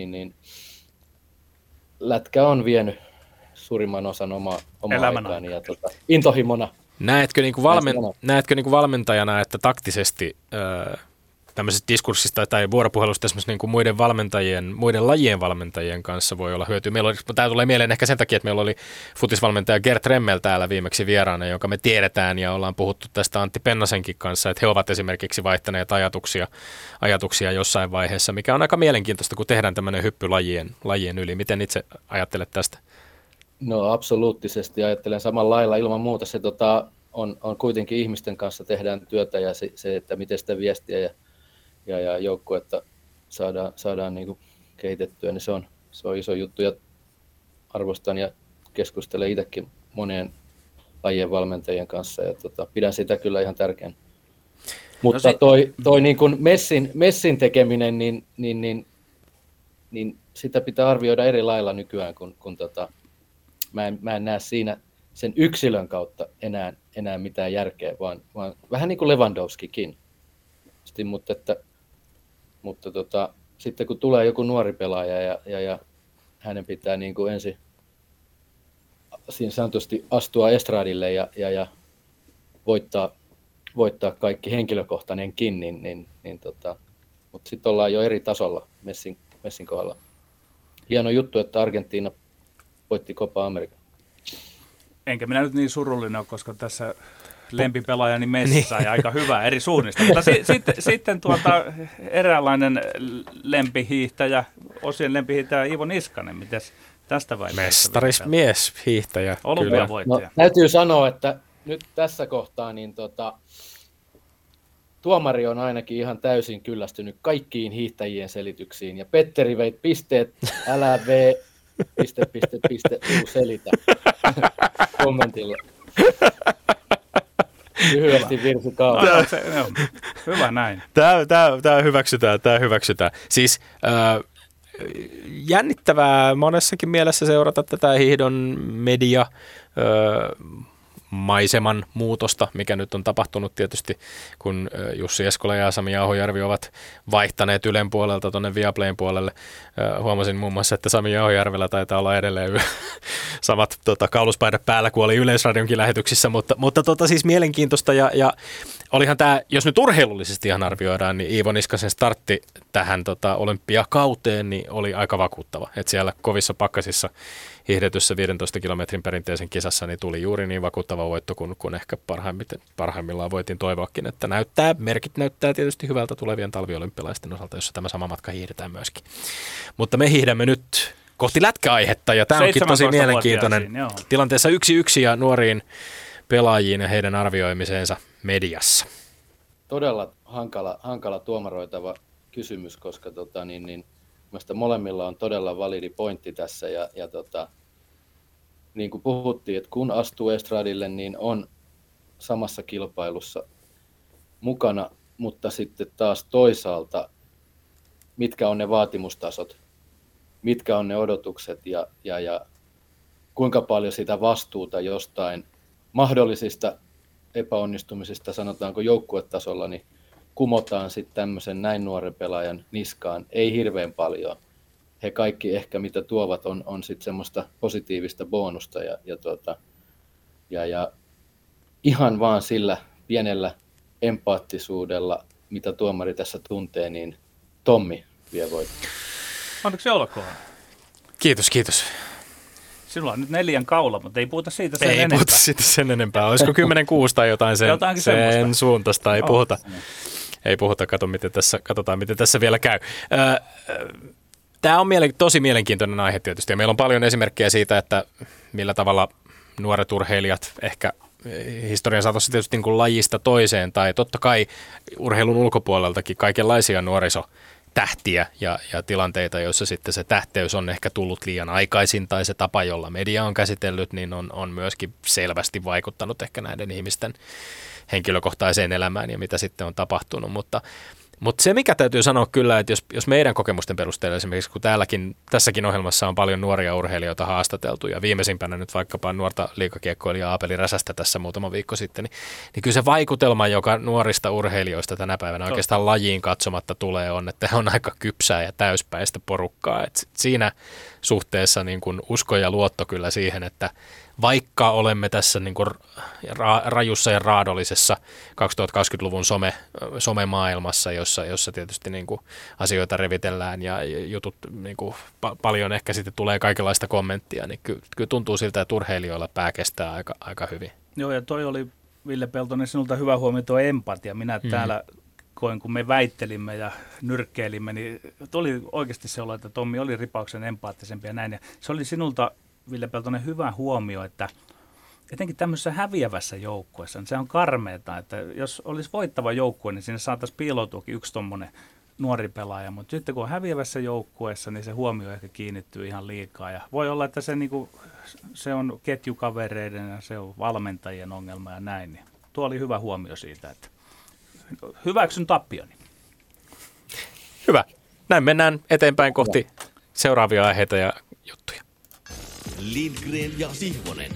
lätkä on suurimman osan omaa aikaani ja intohimona. Näetkö niinku valmentajana, että taktisesti tämmöisestä diskurssista tai vuoropuhelusta esimerkiksi niin kuin muiden lajien valmentajien kanssa voi olla hyötyä. Tämä tulee mieleen ehkä sen takia, että meillä oli futisvalmentaja Gert Remmel täällä viimeksi vieraana, jonka me tiedetään ja ollaan puhuttu tästä Antti Pennasenkin kanssa, että he ovat esimerkiksi vaihtaneet ajatuksia jossain vaiheessa, mikä on aika mielenkiintoista, kun tehdään tämmöinen hyppy lajien yli. Miten itse ajattelet tästä? No absoluuttisesti ajattelen samalla lailla ilman muuta. Se on kuitenkin ihmisten kanssa tehdään työtä ja se että miten sitä viestiä ja joukkuetta saadaan niin kuin kehitettyä, niin se on iso juttu ja arvostan ja keskustelen itsekin monien lajien valmentajien kanssa ja pidän sitä kyllä ihan tärkeänä. Mutta toi niin kuin messin tekeminen, niin sitä pitää arvioida eri lailla nykyään, kun mä en näe siinä sen yksilön kautta enää mitään järkeä, vaan vähän niin kuin Lewandowskikin. Mutta sitten kun tulee joku nuori pelaaja ja hänen pitää niin kuin ensin siinä sanotusti astua estradille ja voittaa kaikki henkilökohtainenkin, mutta sitten ollaan jo eri tasolla Messin kohdalla. Hieno juttu, että Argentiina voitti Copa America. Enkä minä nyt niin surullinen ole, koska tässä lempipelaajani Messi sai aika hyvää eri suunnista. Mutta sitten eräänlainen lempihiihtäjä, osien lempihiihtäjä Iivo Niskanen. Mites tästä väitteestä? Mestarismies hiihtäjä. Olympiavoittaja. No, täytyy sanoa, että nyt tässä kohtaa niin tuomari on ainakin ihan täysin kyllästynyt kaikkiin hiihtäjien selityksiin. Ja Petteri veit pisteet, älä vee, selitä kommentilla. Lyhyesti virsi kautta. Hyvä näin. Tämä hyväksytään. Siis jännittävää monessakin mielessä seurata tätä hiihdon media maiseman muutosta, mikä nyt on tapahtunut tietysti, kun Jussi Eskola ja Sami Ahojärvi ovat vaihtaneet Ylen puolelta tuonne Viaplayn puolelle. Huomasin muun muassa, että Sami Ahojärvellä taitaa olla edelleen samat kauluspaidat päällä kuin oli Yleisradionkin lähetyksissä, mutta siis mielenkiintoista ja olihan tämä, jos nyt urheilullisesti ihan arvioidaan, niin Iivo Niskasen startti tähän olympiakauteen niin oli aika vakuuttava, että siellä kovissa pakkasissa hiihdetyssä 15 kilometrin perinteisen kisassa niin tuli juuri niin vakuuttava voitto, kun ehkä parhaimmillaan voitiin toivoakin, että merkit näyttää tietysti hyvältä tulevien talviolympialaisten osalta, jossa tämä sama matka hiihdetään myöskin. Mutta me hiihdämme nyt kohti lätkäaihetta ja tämä onkin tosi mielenkiintoinen tilanteessa 1-1 ja nuoriin pelaajiin ja heidän arvioimiseensa mediassa. Todella hankala tuomaroitava kysymys, koska mielestäni molemmilla on todella validi pointti tässä ja niin kuin puhuttiin, että kun astuu estradille, niin on samassa kilpailussa mukana, mutta sitten taas toisaalta, mitkä on ne vaatimustasot, mitkä on ne odotukset ja kuinka paljon sitä vastuuta jostain mahdollisista epäonnistumisista, sanotaanko joukkuetasolla, niin kumotaan sitten tämmöisen näin nuoren pelaajan niskaan. Ei hirveän paljon. He kaikki ehkä mitä tuovat on sitten semmoista positiivista bonusta ja ihan vaan sillä pienellä empaattisuudella, mitä tuomari tässä tuntee, niin Tommi vie voittaa. Onneksi olkoon. Kiitos. Sinulla on nyt 4 kaula, mutta ei puhuta siitä sen enempää. Ei puhuta siitä sen enempää. Olisiko 10-6 tai jotain sen suuntaista? Ei puhuta. Ei puhuta, katsotaan miten tässä vielä käy. Tämä on tosi mielenkiintoinen aihe tietysti ja meillä on paljon esimerkkejä siitä, että millä tavalla nuoret urheilijat ehkä historian saatossa tietysti niin kuin lajista toiseen tai totta kai urheilun ulkopuoleltakin kaikenlaisia nuorisotähtiä ja tilanteita, joissa sitten se tähteys on ehkä tullut liian aikaisin tai se tapa, jolla media on käsitellyt, niin on myöskin selvästi vaikuttanut ehkä näiden ihmisten henkilökohtaiseen elämään ja mitä sitten on tapahtunut, mutta se mikä täytyy sanoa kyllä, että jos meidän kokemusten perusteella esimerkiksi, kun tässäkin ohjelmassa on paljon nuoria urheilijoita haastateltu ja viimeisimpänä nyt vaikkapa nuorta liigakiekkoilijaa Aapeli Räsästä tässä muutama viikko sitten, niin kyllä se vaikutelma, joka nuorista urheilijoista tänä päivänä oikeastaan lajiin katsomatta tulee, on, että on aika kypsää ja täyspäistä porukkaa. Et siinä suhteessa niin kun usko ja luotto kyllä siihen, että vaikka olemme tässä niin kuin rajussa ja raadollisessa 2020-luvun somemaailmassa, jossa tietysti niin kuin asioita revitellään ja jutut niin kuin paljon ehkä sitten tulee kaikenlaista kommenttia, niin kyllä tuntuu siltä, että urheilijoilla pää kestää aika hyvin. Joo, ja toi oli, Ville Peltonen, sinulta hyvä huomio tuo empatia. Minä täällä koin, kun me väittelimme ja nyrkkeilimme, niin tuli oikeasti se olo, että Tommi oli ripauksen empaattisempi ja näin. Ja se oli sinulta, Ville Peltonen, hyvä huomio, että etenkin tämmöisessä häviävässä joukkueessa, niin se on karmeeta, että jos olisi voittava joukkue, niin sinne saataisiin piiloutuakin yksi tommoinen nuori pelaaja, mutta sitten kun on häviävässä joukkueessa, niin se huomio ehkä kiinnittyy ihan liikaa. Ja voi olla, että se on ketjukavereiden ja se on valmentajien ongelma ja näin. Niin tuo oli hyvä huomio siitä, että hyväksyn tappioni. Hyvä. Näin mennään eteenpäin kohti seuraavia aiheita ja juttuja. Lindgren ja Sihvonen.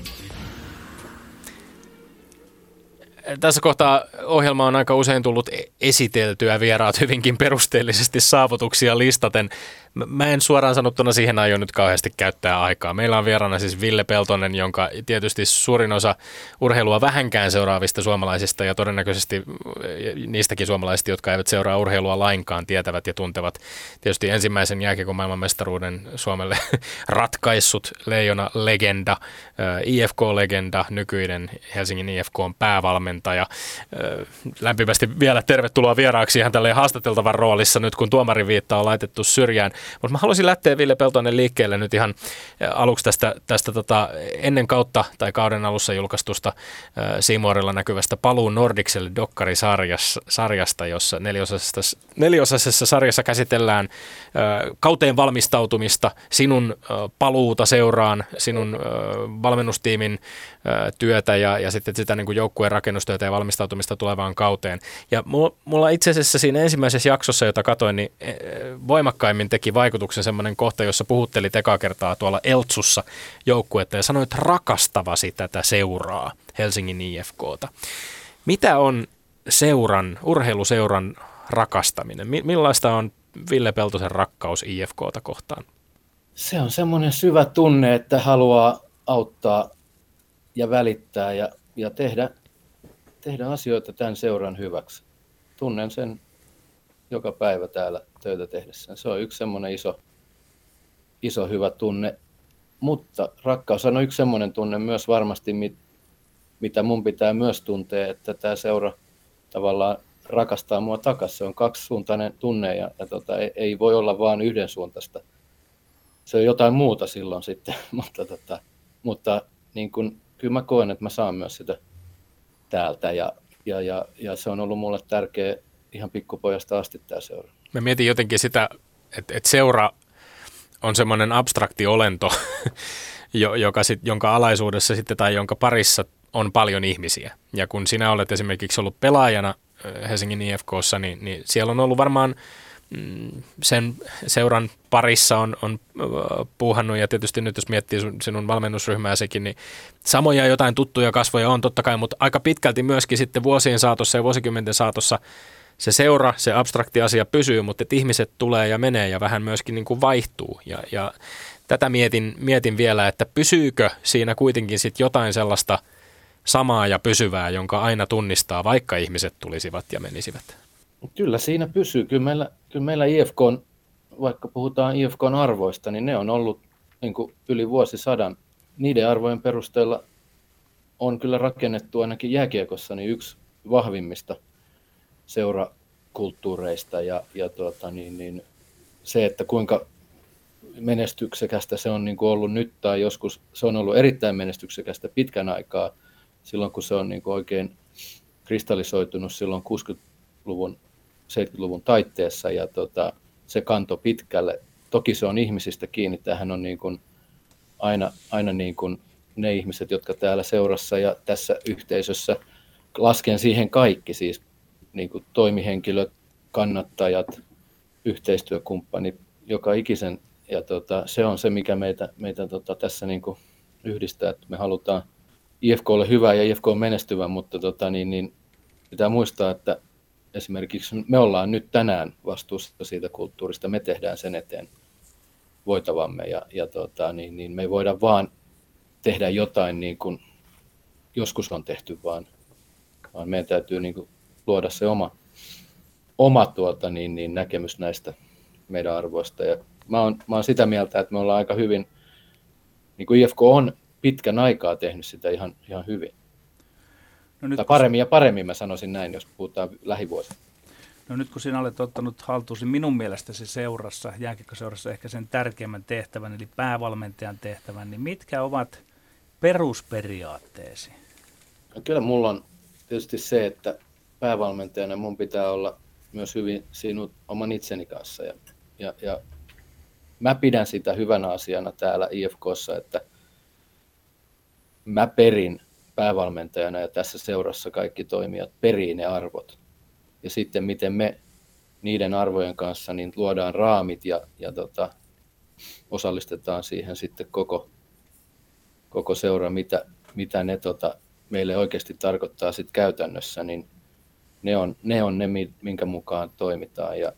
Tässä kohtaa ohjelma on aika usein tullut esiteltyä, vieraat hyvinkin perusteellisesti saavutuksia listaten. Mä en suoraan sanottuna siihen aio nyt kauheasti käyttää aikaa. Meillä on vieraana siis Ville Peltonen, jonka tietysti suurin osa urheilua vähänkään seuraavista suomalaisista ja todennäköisesti niistäkin suomalaisista, jotka eivät seuraa urheilua lainkaan, tietävät ja tuntevat tietysti ensimmäisen jääkiekon maailmanmestaruuden Suomelle ratkaissut Leijona-legenda, IFK-legenda, nykyinen Helsingin IFK:n päävalmentaja. Lämpimästi vielä tervetuloa vieraaksi ihan tälleen haastateltavan roolissa nyt, kun tuomariviitta on laitettu syrjään. Mutta mä haluaisin lähteä Ville Peltonen liikkeelle nyt ihan aluksi tästä ennen kautta tai kauden alussa julkaistusta C Morella näkyvästä Paluu Nordicselle -dokkarisarjasta, jossa neliosaisessa sarjassa käsitellään kauteen valmistautumista, sinun paluuta seuraan, sinun valmennustiimin työtä ja sitten sitä niin kuin joukkueen rakennustyötä ja valmistautumista tulevaan kauteen. Ja mulla itse asiassa siinä ensimmäisessä jaksossa, jota katsoin, niin voimakkaimmin teki vaikutuksen semmoinen kohta, jossa puhuttelit ekaa kertaa tuolla Eltsussa joukkuetta ja sanoit rakastavasi tätä seuraa, Helsingin IFK:ta. Mitä on urheiluseuran rakastaminen? Millaista on Ville Peltosen rakkaus IFK:ta kohtaan? Se on semmoinen syvä tunne, että haluaa auttaa ja välittää ja tehdä asioita tämän seuran hyväksi. Tunnen sen joka päivä täällä töitä tehdessä. Se on yksi semmoinen iso hyvä tunne, mutta rakkaus on yksi semmoinen tunne myös varmasti, mitä mun pitää myös tuntea, että tämä seura tavallaan rakastaa mua takaisin. Se on kaksisuuntainen tunne ja ei voi olla vaan yhdensuuntaista. Se on jotain muuta silloin sitten, mutta niin kun, kyllä mä koen, että mä saan myös sitä täältä ja se on ollut mulle tärkeä ihan pikkupojasta asti tämä seura. Mä mietin jotenkin sitä, että seura on semmoinen abstrakti olento, jonka alaisuudessa sitten tai jonka parissa on paljon ihmisiä. Ja kun sinä olet esimerkiksi ollut pelaajana Helsingin IFK:ssa, niin siellä on ollut varmaan sen seuran parissa on puuhannut ja tietysti nyt jos miettii sinun valmennusryhmääsikin, niin samoja jotain tuttuja kasvoja on totta kai, mutta aika pitkälti myöskin sitten vuosien saatossa ja vuosikymmenten saatossa se seura, se abstrakti asia pysyy, mutta ihmiset tulee ja menee ja vähän myöskin niin kuin vaihtuu. Ja tätä mietin vielä, että pysyykö siinä kuitenkin sitten jotain sellaista samaa ja pysyvää, jonka aina tunnistaa, vaikka ihmiset tulisivat ja menisivät. Kyllä siinä pysyy. Kyllä meillä IFK:n, vaikka puhutaan IFK:n arvoista, niin ne on ollut niin kuin yli vuosisadan. Niiden arvojen perusteella on kyllä rakennettu ainakin jääkiekossa niin yksi vahvimmista seurakulttuureista ja se, että kuinka menestyksekästä se on niin kuin ollut nyt tai joskus se on ollut erittäin menestyksekästä pitkän aikaa silloin, kun se on niin kuin oikein kristallisoitunut silloin 60-luvun, 70-luvun taitteessa ja se kanto pitkälle. Toki se on ihmisistä kiinni. Tämähän on niin kuin aina niin kuin ne ihmiset, jotka täällä seurassa ja tässä yhteisössä, lasken siihen kaikki, siis niin kuin toimihenkilöt, kannattajat, yhteistyökumppanit, joka ikisen. Ja se on se, mikä meitä tässä niin kuin yhdistää, että me halutaan IFK:lle hyvää ja IFK on menestyvä, mutta pitää muistaa, että esimerkiksi me ollaan nyt tänään vastuussa siitä kulttuurista, me tehdään sen eteen voitavamme ja me ei voida vaan tehdä jotain niin kuin joskus on tehty, vaan meidän täytyy niin kuin luoda se oma näkemys näistä meidän arvoista. Ja mä oon sitä mieltä, että me ollaan aika hyvin, niin kuin IFK on pitkän aikaa tehnyt sitä ihan hyvin. No nyt, tai paremmin ja paremmin mä sanoisin näin, jos puhutaan lähivuosina. No nyt kun sinä olet ottanut haltuusi minun mielestäsi seurassa, jääkiekkoseurassa ehkä sen tärkeimmän tehtävän, eli päävalmentajan tehtävän, niin mitkä ovat perusperiaatteesi? No kyllä mulla on tietysti se, että päävalmentajana mun pitää olla myös hyvin sinut oman itseni kanssa. Ja mä pidän sitä hyvänä asiana täällä IFK:ssa, että mä perin päävalmentajana ja tässä seurassa kaikki toimijat perii ne arvot. Ja sitten miten me niiden arvojen kanssa niin luodaan raamit ja osallistetaan siihen sitten koko seura, mitä ne meille oikeasti tarkoittaa sit käytännössä, niin ne on ne, minkä mukaan toimitaan ja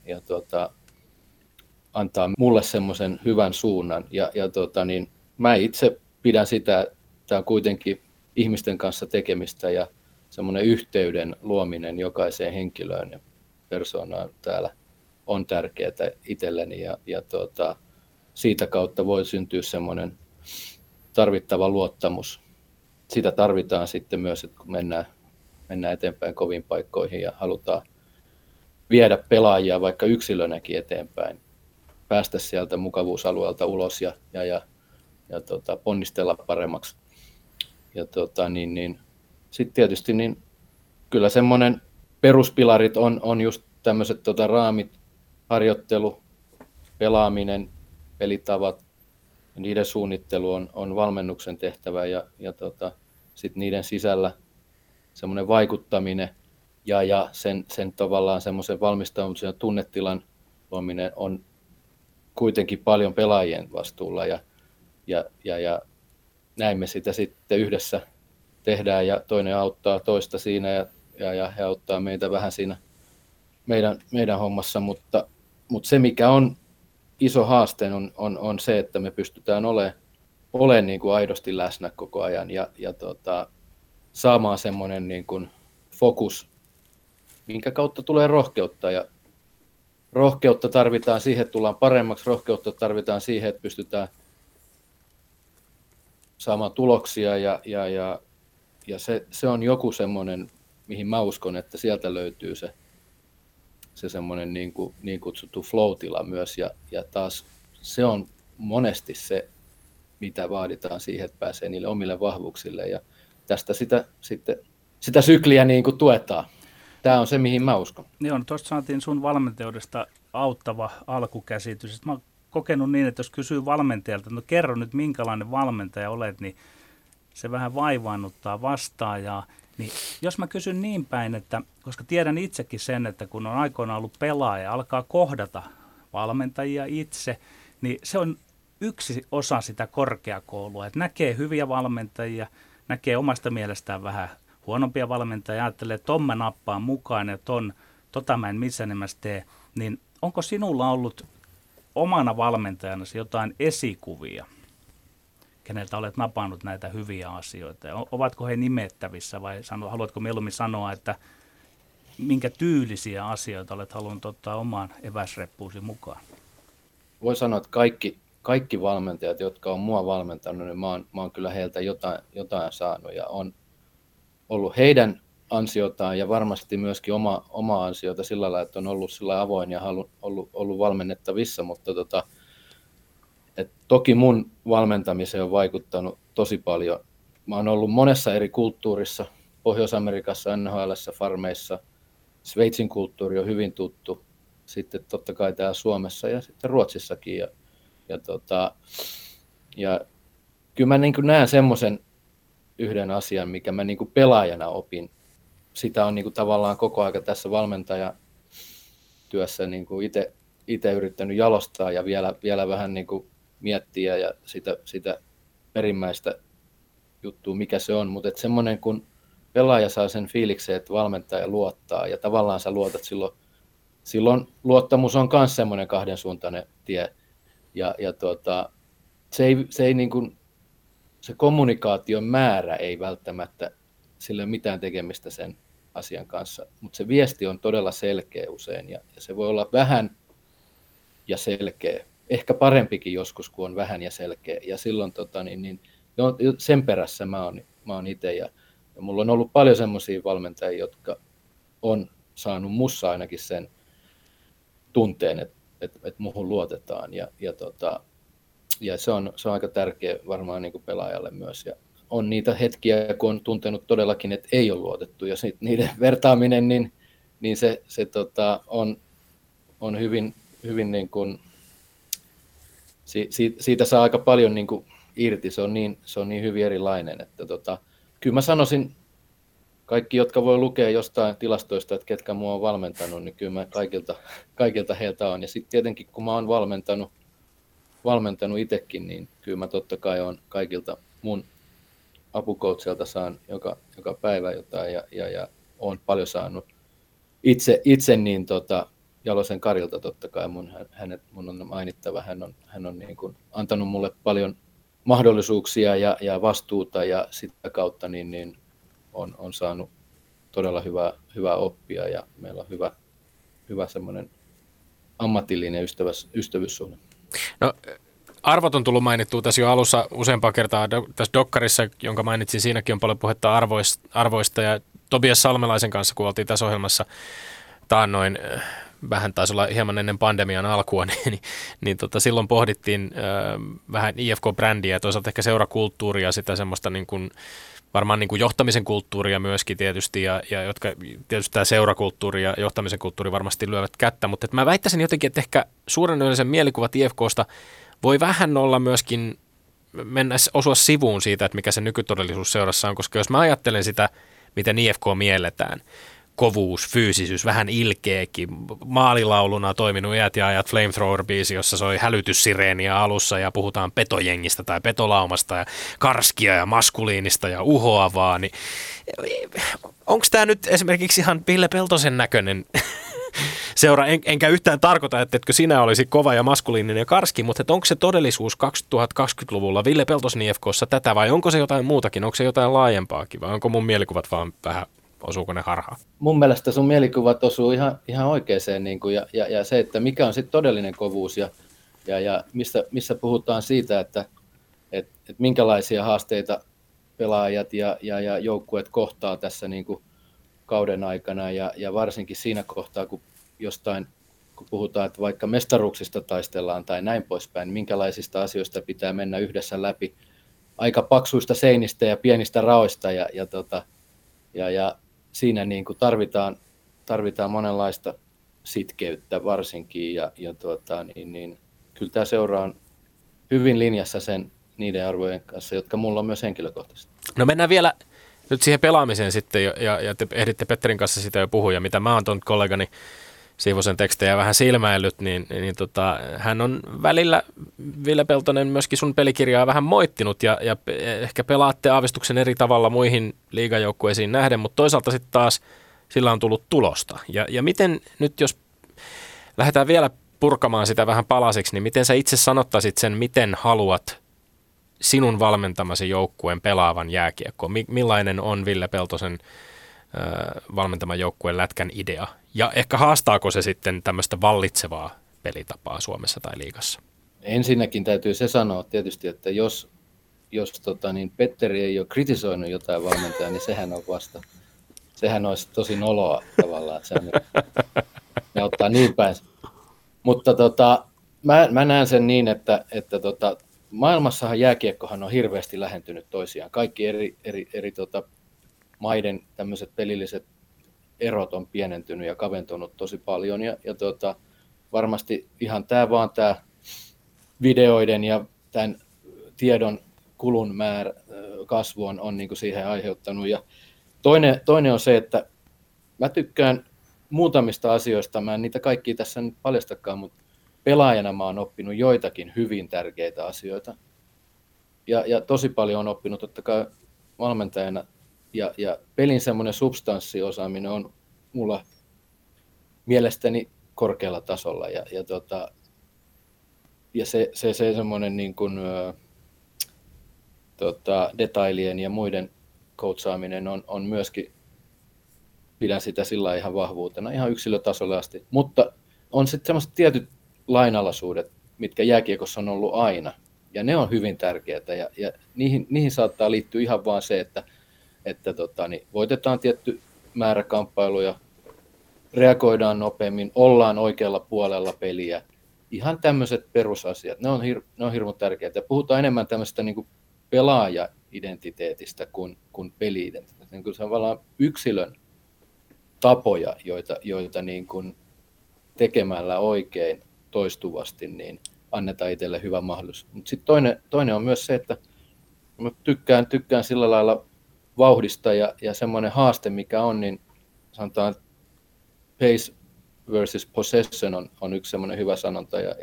antaa mulle semmoisen hyvän suunnan. Niin mä itse pidän sitä, että tämä on kuitenkin ihmisten kanssa tekemistä ja semmoinen yhteyden luominen jokaiseen henkilöön ja persoonaan täällä on tärkeää itselleni ja siitä kautta voi syntyä semmoinen tarvittava luottamus. Sitä tarvitaan sitten myös, että kun mennään eteenpäin koviin paikkoihin ja halutaan viedä pelaajia vaikka yksilönäkin eteenpäin, päästä sieltä mukavuusalueelta ulos ja ponnistella paremmaksi. Ja sitten tietysti niin kyllä semmoinen peruspilarit on just tämmöiset raamit, harjoittelu, pelaaminen, pelitavat, niiden suunnittelu on valmennuksen tehtävä ja sitten niiden sisällä semmoinen vaikuttaminen ja sen tavallaan semmoisen valmistautumisen tunnetilan luominen on kuitenkin paljon pelaajien vastuulla ja näin me sitä sitten yhdessä tehdään ja toinen auttaa toista siinä ja he auttaa meitä vähän siinä meidän hommassa, mutta se mikä on iso haaste on se, että me pystytään olemaan niin kuin aidosti läsnä koko ajan ja saamaan semmoinen niin kuin fokus, minkä kautta tulee rohkeutta ja rohkeutta tarvitaan siihen, että tullaan paremmaksi, rohkeutta tarvitaan siihen, että pystytään saamaan tuloksia ja se on joku semmoinen, mihin mä uskon, että sieltä löytyy se semmoinen niin kutsuttu flow-tila myös ja taas se on monesti se, mitä vaaditaan siihen, että pääsee niille omille vahvuuksille ja tästä sitä sykliä niin kuin tuetaan. Tämä on se, mihin mä uskon. Joo, no tuosta saatiin sun valmentajuudesta auttava alkukäsitys. Mä oon kokenut niin, että jos kysyy valmentajalta, no kerro nyt minkälainen valmentaja olet, niin se vähän vaivaannuttaa vastaajaa. Niin jos mä kysyn niin päin, että koska tiedän itsekin sen, että kun on aikoinaan ollut pelaaja ja alkaa kohdata valmentajia itse, niin se on yksi osa sitä korkeakoulua, että näkee hyviä valmentajia, näkee omasta mielestään vähän huonompia valmentajia, ajattelee, että ton mä nappaan mukaan ja tota mä en missään nimessä tee, niin onko sinulla ollut omana valmentajanasi jotain esikuvia, keneltä olet napannut näitä hyviä asioita? Ovatko he nimettävissä vai haluatko mieluummin sanoa, että minkä tyylisiä asioita olet halunnut ottaa omaan eväsreppuusi mukaan? Voi sanoa, että kaikki valmentajat, jotka on mua valmentanut, niin mä oon kyllä heiltä jotain saanut ja on ollut heidän ansiotaan ja varmasti myöskin oma ansiota sillä lailla, että on ollut sillä avoin ja ollut valmennettavissa, mutta toki mun valmentamiseen on vaikuttanut tosi paljon. Mä oon ollut monessa eri kulttuurissa, Pohjois-Amerikassa, NHL:ssä, farmeissa, Sveitsin kulttuuri on hyvin tuttu, sitten totta kai täällä Suomessa ja sitten Ruotsissakin ja kyllä mä niin kuin näen semmoisen yhden asian, mikä mä niin kuin pelaajana opin. Sitä on niin kuin tavallaan koko ajan tässä valmentajatyössä niin kuin itse yrittänyt jalostaa ja vielä vähän niin kuin miettiä ja sitä perimmäistä juttua, mikä se on. Mutta semmoinen, kun pelaaja saa sen fiiliksen, että valmentaja luottaa ja tavallaan sä luotat silloin luottamus on myös semmoinen kahdensuuntainen tie. Ja se ei niin kuin se kommunikaation määrä ei välttämättä, sillä ole mitään tekemistä sen asian kanssa, mutta se viesti on todella selkeä usein ja se voi olla vähän ja selkeä. Ehkä parempikin joskus, kun on vähän ja selkeä. Ja silloin sen perässä mä oon itse. Ja mulla on ollut paljon semmoisia valmentajia, jotka on saanut mussa ainakin sen tunteen, että muhun luotetaan. Ja se on aika tärkeä varmaan niin kuin pelaajalle myös. Ja on niitä hetkiä, kun on tuntenut todellakin, että ei ole luotettu. Ja sitten niiden vertaaminen, niin se on hyvin niin kuin, siitä saa aika paljon niin kuin irti. Se on niin hyvin erilainen. Että kyllä mä sanoisin, kaikki, jotka voi lukea jostain tilastoista, että ketkä mua on valmentanut, niin kyllä mä kaikilta heiltä on. Ja sitten tietenkin, kun mä oon valmentanut itsekin, niin kyllä mä totta kai on kaikilta mun apukoutselta saan joka päivä jotain ja olen paljon saanut itse niin Jalosen Karilta totta kai mun on mainittava, hän on niin kuin antanut mulle paljon mahdollisuuksia ja vastuuta ja sitä kautta niin on saanut todella hyvää oppia ja meillä on hyvä semmoinen ammatillinen ystävyyssuhde. No, arvot on tullut mainittua tässä jo alussa useampaa kertaa tässä dokkarissa, jonka mainitsin. Siinäkin on paljon puhetta arvoista ja Tobias Salmelaisen kanssa, kun oltiin tässä ohjelmassa taannoin, vähän taisi olla hieman ennen pandemian alkua, niin silloin pohdittiin vähän IFK-brändiä ja toisaalta ehkä seurakulttuuria, sitä semmoista niin kuin, varmaan niin kuin johtamisen kulttuuria myöskin tietysti, ja jotka tietysti tämä seurakulttuuri ja johtamisen kulttuuri varmasti lyövät kättä, mutta mä väittäisin jotenkin, että ehkä suuren yleisen mielikuvat IFKsta voi vähän olla myöskin osua sivuun siitä, että mikä se nykytodellisuus seurassa on, koska jos mä ajattelen sitä, miten IFK mielletään, kovuus, fyysisyys, vähän ilkeäkin, maalilauluna toiminut iät ja ajat Flamethrower-biisi, jossa soi hälytyssireeniä alussa ja puhutaan petojengistä tai petolaumasta ja karskia ja maskuliinista ja uhoavaa, niin onko tämä nyt esimerkiksi ihan Ville Peltosen näköinen seura? Enkä yhtään tarkoita, että etkö sinä olisi kova ja maskuliininen ja karski, mutta onko se todellisuus 2020-luvulla Ville Peltosen IFK:ssa tätä vai onko se jotain muutakin, onko se jotain laajempaakin vai onko mun mielikuvat vaan vähän, osuuko ne harhaan? Mun mielestä sun mielikuvat osuu ihan oikeeseen niin kuin, ja se, että mikä on sitten todellinen kovuus ja missä puhutaan siitä, että minkälaisia haasteita pelaajat ja joukkueet kohtaa tässä niin kuin kauden aikana ja varsinkin siinä kohtaa, kun puhutaan, että vaikka mestaruuksista taistellaan tai näin poispäin, minkälaisista asioista pitää mennä yhdessä läpi aika paksuista seinistä ja pienistä raoista ja siinä niin kuin tarvitaan monenlaista sitkeyttä varsinkin niin kyllä tämä seura on hyvin linjassa niiden arvojen kanssa, jotka mulla on myös henkilökohtaisesti. No mennään vielä nyt siihen pelaamiseen sitten ja te ehditte Petterin kanssa sitä jo puhua ja mitä mä oon tuon kollegani Siivosen tekstejä vähän silmäillyt, niin hän on välillä, Ville Peltonen, myöskin sun pelikirjaa vähän moittinut ja ehkä pelaatte aavistuksen eri tavalla muihin liigajoukkueisiin nähden, mutta toisaalta sitten taas sillä on tullut tulosta. Ja miten nyt, jos lähdetään vielä purkamaan sitä vähän palasiksi, niin miten sä itse sanottaisit sen, miten haluat sinun valmentamasi joukkueen pelaavan jääkiekkoon? Millainen on Ville Peltosen valmentaman joukkueen lätkän idea? Ja ehkä haastaako se sitten tämmöistä vallitsevaa pelitapaa Suomessa tai liigassa? Ensinnäkin täytyy se sanoa tietysti, että jos Petteri ei ole kritisoinut jotain valmentajaa, niin sehän olisi tosi noloa tavallaan, että ne ottaa niin päin. Mutta mä näen sen niin, että maailmassahan jääkiekkohan on hirveästi lähentynyt toisiaan. Kaikki eri maiden tämmöiset pelilliset erot on pienentynyt ja kaventunut tosi paljon ja varmasti ihan tämä videoiden ja tämän tiedon kulun kasvu on niin kuin siihen aiheuttanut. Ja toinen on se, että mä tykkään muutamista asioista, mä en niitä kaikkia tässä nyt paljastakaan, mutta pelaajana mä oon oppinut joitakin hyvin tärkeitä asioita. Ja tosi paljon on oppinut totta kai valmentajana. Ja pelin semmoinen substanssiosaaminen on mulla mielestäni korkealla tasolla. Ja se semmoinen niin kuin, detailien ja muiden coachaaminen on myöskin, pidän sitä sillä ihan vahvuutena, ihan yksilötasolle asti. Mutta on sitten semmoiset tietyt lainalaisuudet, mitkä jääkiekossa on ollut aina. Ja ne on hyvin tärkeitä ja niihin saattaa liittyä ihan vaan se, että voitetaan tietty määrä kamppailuja, reagoidaan nopeammin, ollaan oikealla puolella peliä. Ihan tämmöiset perusasiat, ne on hirveän tärkeitä. Puhutaan enemmän tämmöistä niin kuin pelaaja-identiteetistä kuin peli-identiteetistä. Niin se on tavallaan yksilön tapoja, joita niin kuin tekemällä oikein toistuvasti, niin annetaan itselle hyvä mahdollisuus. Mutta sitten toinen on myös se, että mä tykkään sillä lailla vauhdista ja semmoinen haaste, mikä on, niin sanotaan pace versus possession on yksi semmoinen hyvä sanonta, ja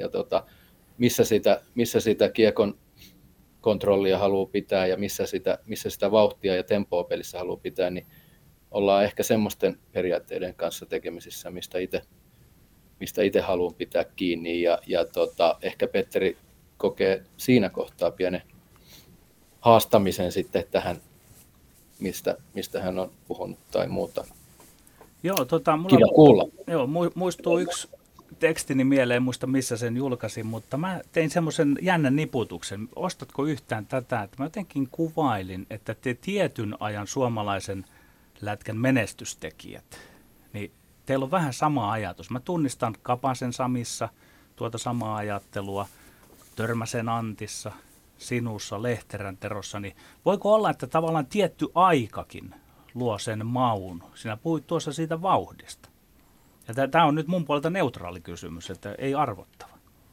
missä sitä kiekon kontrollia haluaa pitää ja missä sitä vauhtia ja tempoa pelissä haluaa pitää, niin ollaan ehkä semmoisten periaatteiden kanssa tekemisissä, mistä itse haluan pitää kiinni, ja ehkä Petteri kokee siinä kohtaa pienen haastamisen sitten tähän, mistä hän on puhunut tai muuta. Joo, mulla kiva kuulla. Joo, muistuu yksi tekstini mieleen, en muista missä sen julkaisin, mutta mä tein semmoisen jännän niputuksen. Ostatko yhtään tätä, että mä jotenkin kuvailin, että te tietyn ajan suomalaisen lätkän menestystekijät, niin teillä on vähän sama ajatus. Mä tunnistan Kapasen Samissa tuota samaa ajattelua, Törmäsen Antissa, sinussa, Lehterän Terossa, niin voiko olla, että tavallaan tietty aikakin luo sen maun? Sinä puhuit tuossa siitä vauhdista. Ja tämä on nyt mun puolelta neutraali kysymys, että ei arvottava.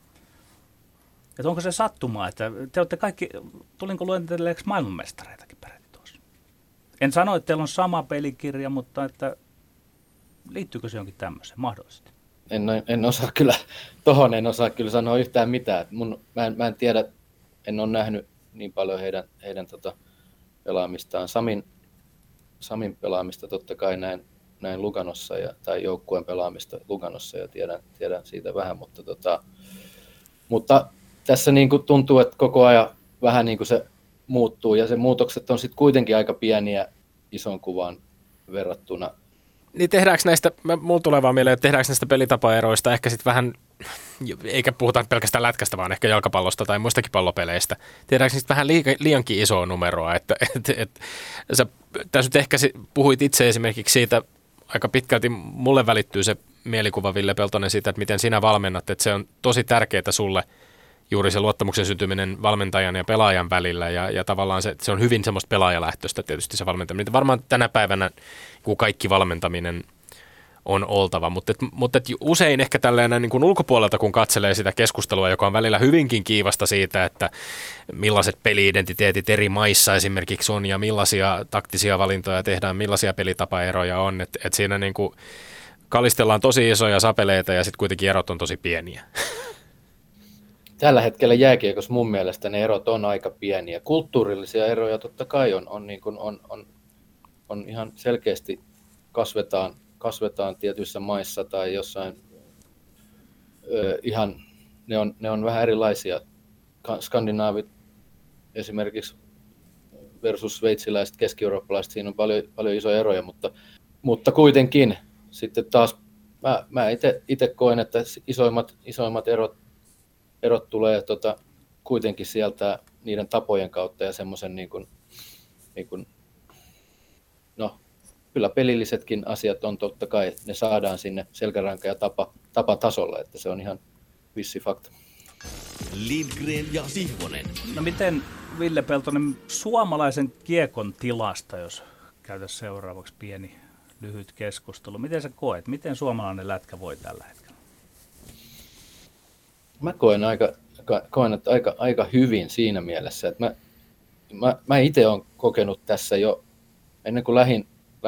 Että onko se sattumaa, että te olette kaikki, tulinko luentelleeksi maailmanmestareitakin peräti tuossa? En sano, että teillä on sama pelikirja, mutta että liittyykö se jonkin tämmöiseen mahdollisesti? En osaa kyllä, tohon en osaa kyllä sanoa yhtään mitään. Mä en tiedä, en ole nähnyt niin paljon heidän pelaamistaan. Samin pelaamista totta kai näin Luganossa tai joukkueen pelaamista Luganossa ja tiedän siitä vähän, mutta tässä niin kuin tuntuu, että koko ajan vähän niin kuin se muuttuu ja se muutokset on sitten kuitenkin aika pieniä ison kuvaan verrattuna. Niin tehdäänkö näistä, mulla tulee vaan mieleen, että tehdäänkö näistä pelitapaeroista ehkä sitten vähän, eikä puhuta pelkästään lätkästä, vaan ehkä jalkapallosta tai muistakin pallopeleistä. Tehdäänkö niistä vähän liiankin isoa numeroa, että sä tässä nyt ehkä puhuit itse esimerkiksi siitä, aika pitkälti mulle välittyy se mielikuva, Ville Peltonen, siitä, että miten sinä valmennat, että se on tosi tärkeää sulle juuri se luottamuksen syntyminen valmentajan ja pelaajan välillä ja tavallaan se on hyvin semmoista pelaajalähtöistä tietysti se valmentaminen. Varmaan tänä päivänä kun kaikki valmentaminen on oltava, mutta usein ehkä tällainen niin kuin ulkopuolelta, kun katselee sitä keskustelua, joka on välillä hyvinkin kiivasta siitä, että millaiset peli-identiteetit eri maissa esimerkiksi on ja millaisia taktisia valintoja tehdään, millaisia pelitapaeroja on, että siinä niin kuin kalistellaan tosi isoja sapeleita ja sitten kuitenkin erot on tosi pieniä. Tällä hetkellä jääkiekossa mun mielestä ne erot on aika pieniä. Kulttuurillisia eroja totta kai on ihan selkeästi kasvetaan tietyissä maissa tai jossain ihan, ne on vähän erilaisia. Skandinaavit esimerkiksi versus sveitsiläiset, keski-eurooppalaiset, siinä on paljon isoja eroja, mutta kuitenkin sitten taas mä itse koen, että isoimmat erot tulee kuitenkin sieltä niiden tapojen kautta ja semmoisen niin kuin, kyllä pelillisetkin asiat on totta kai, ne saadaan sinne selkäranka- ja tapatasolle, että se on ihan vissi fakta. Lindgren ja Sihvonen. No miten, Ville Peltonen, suomalaisen kiekon tilasta, jos käytäisiin seuraavaksi pieni lyhyt keskustelu, miten sä koet, miten suomalainen lätkä voi tällä hetkellä? Mä koen että aika hyvin siinä mielessä, että mä itse olen kokenut tässä jo ennen kuin lähin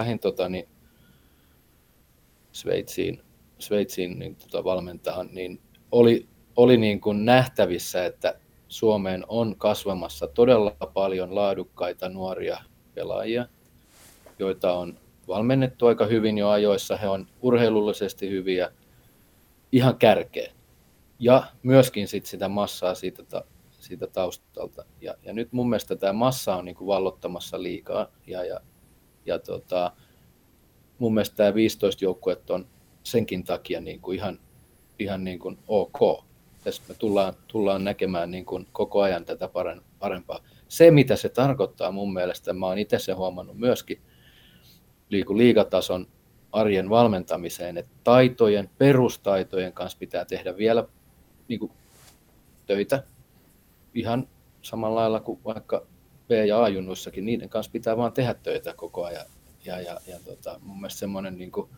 Sveitsiin niin valmentamaan, niin oli niin kuin nähtävissä, että Suomeen on kasvamassa todella paljon laadukkaita nuoria pelaajia, joita on valmennettu aika hyvin jo ajoissa. He on urheilullisesti hyviä, ihan kärkeä. Ja myöskin sitä massaa siitä taustalta. Ja nyt mun mielestä tämä massa on niin kuin vallottamassa liigaa ja mun mielestä tämä 15 joukkuet on senkin takia niin kuin ihan niin kuin ok. Tässä me tullaan näkemään niin kuin koko ajan tätä parempaa. Se, mitä se tarkoittaa mun mielestä, mä oon itse sen huomannut myöskin liigatason arjen valmentamiseen, että perustaitojen kanssa pitää tehdä vielä niin kuin töitä ihan samalla lailla kuin vaikka B- ja A-junnuissakin, niiden kanssa pitää vaan tehdä töitä koko ajan. Ja mun mielestä semmoinen niin kuin,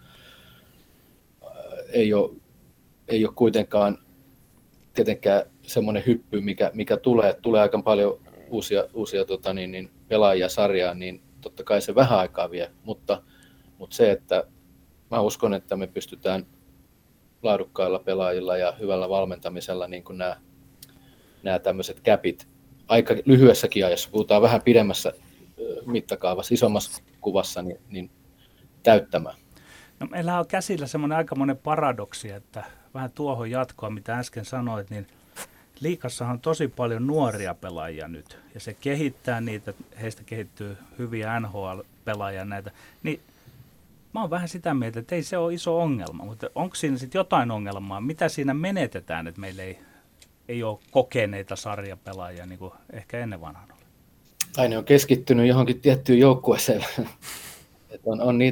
ei ole kuitenkaan tietenkään semmoinen hyppy, mikä tulee aika paljon uusia pelaajia sarjaan, niin totta kai se vähän aikaa vie, mutta se, että mä uskon, että me pystytään laadukkailla pelaajilla ja hyvällä valmentamisella niin kuin nämä tämmöiset käpit aika lyhyessäkin ajassa, puhutaan vähän pidemmässä mittakaavassa, isommassa kuvassa, niin täyttämään. No, meillä on käsillä semmoinen aikamoinen paradoksi, että vähän tuohon jatkoa, mitä äsken sanoit, niin liigassahan on tosi paljon nuoria pelaajia nyt, ja se kehittää niitä, heistä kehittyy hyviä NHL-pelaajia näitä, niin mä oon vähän sitä mieltä, että ei se ole iso ongelma, mutta onko siinä sitten jotain ongelmaa, mitä siinä menetetään, että meillä ei ole kokeneita sarjapelaajia niin kuin ehkä ennen vanhaan oli? Tai ne on keskittynyt johonkin tiettyyn joukkueeseen, että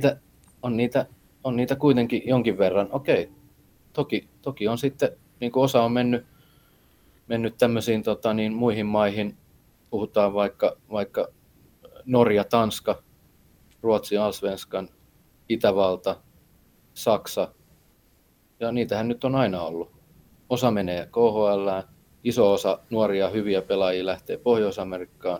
on niitä kuitenkin jonkin verran, okei, toki on sitten, niin kuin osa on mennyt tämmöisiin muihin maihin, puhutaan vaikka Norja, Tanska, Ruotsi, Allsvenskan, Itävalta, Saksa, ja niitähän nyt on aina ollut. Osa menee KHL:ään, iso osa nuoria hyviä pelaajia lähtee Pohjois-Amerikkaan,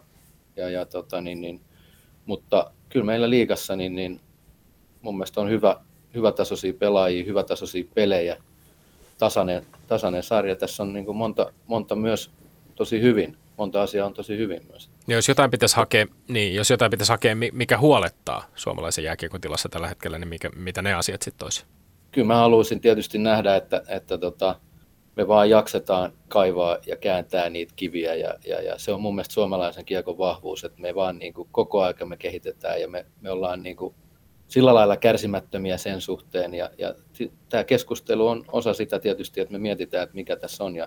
mutta kyllä meillä liigassa niin mun mielestä on hyvätasoisia pelaajia, hyvätasoisia pelejä, tasainen sarja. Tässä on niin kuin monta myös tosi hyvin. Monta asiaa on tosi hyvin myös. Ja jos jotain pitäisi hakea, mikä huolettaa suomalaisen jääkiekon tilassa tällä hetkellä, niin mitä ne asiat sitten olisi? Kyllä mä haluaisin tietysti nähdä, että me vaan jaksetaan kaivaa ja kääntää niitä kiviä ja se on mun mielestä suomalaisen kiekon vahvuus, että me vaan niin kuin koko ajan me kehitetään ja me ollaan niin kuin sillä lailla kärsimättömiä sen suhteen ja tämä keskustelu on osa sitä tietysti, että me mietitään, että mikä tässä on ja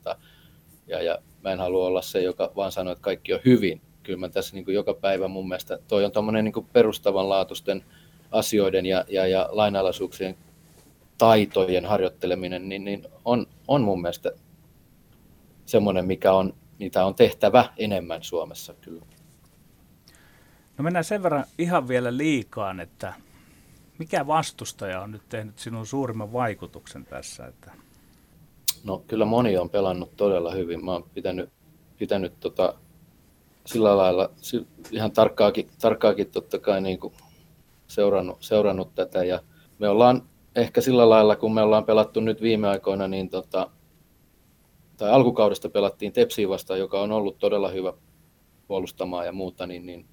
mä en halua olla se, joka vaan sanoo, että kaikki on hyvin. Kyllä mä tässä niin kuin joka päivä mun mielestä, toi on tommoinen niin kuin perustavanlaatuisten asioiden ja lainalaisuuksien taitojen harjoitteleminen, niin on mun mielestä semmoinen, mitä on tehtävä enemmän Suomessa kyllä. No mennään sen verran ihan vielä liikaan, että mikä vastustaja on nyt tehnyt sinun suurimman vaikutuksen tässä? Että... No kyllä moni on pelannut todella hyvin. Mä oon pitänyt sillä lailla ihan tarkkaakin totta kai niin kuin seurannut tätä ja me ollaan ehkä sillä lailla, kun me ollaan pelattu nyt viime aikoina, niin tai alkukaudesta pelattiin Tepsiä vastaan, joka on ollut todella hyvä puolustamaan ja muuta, niin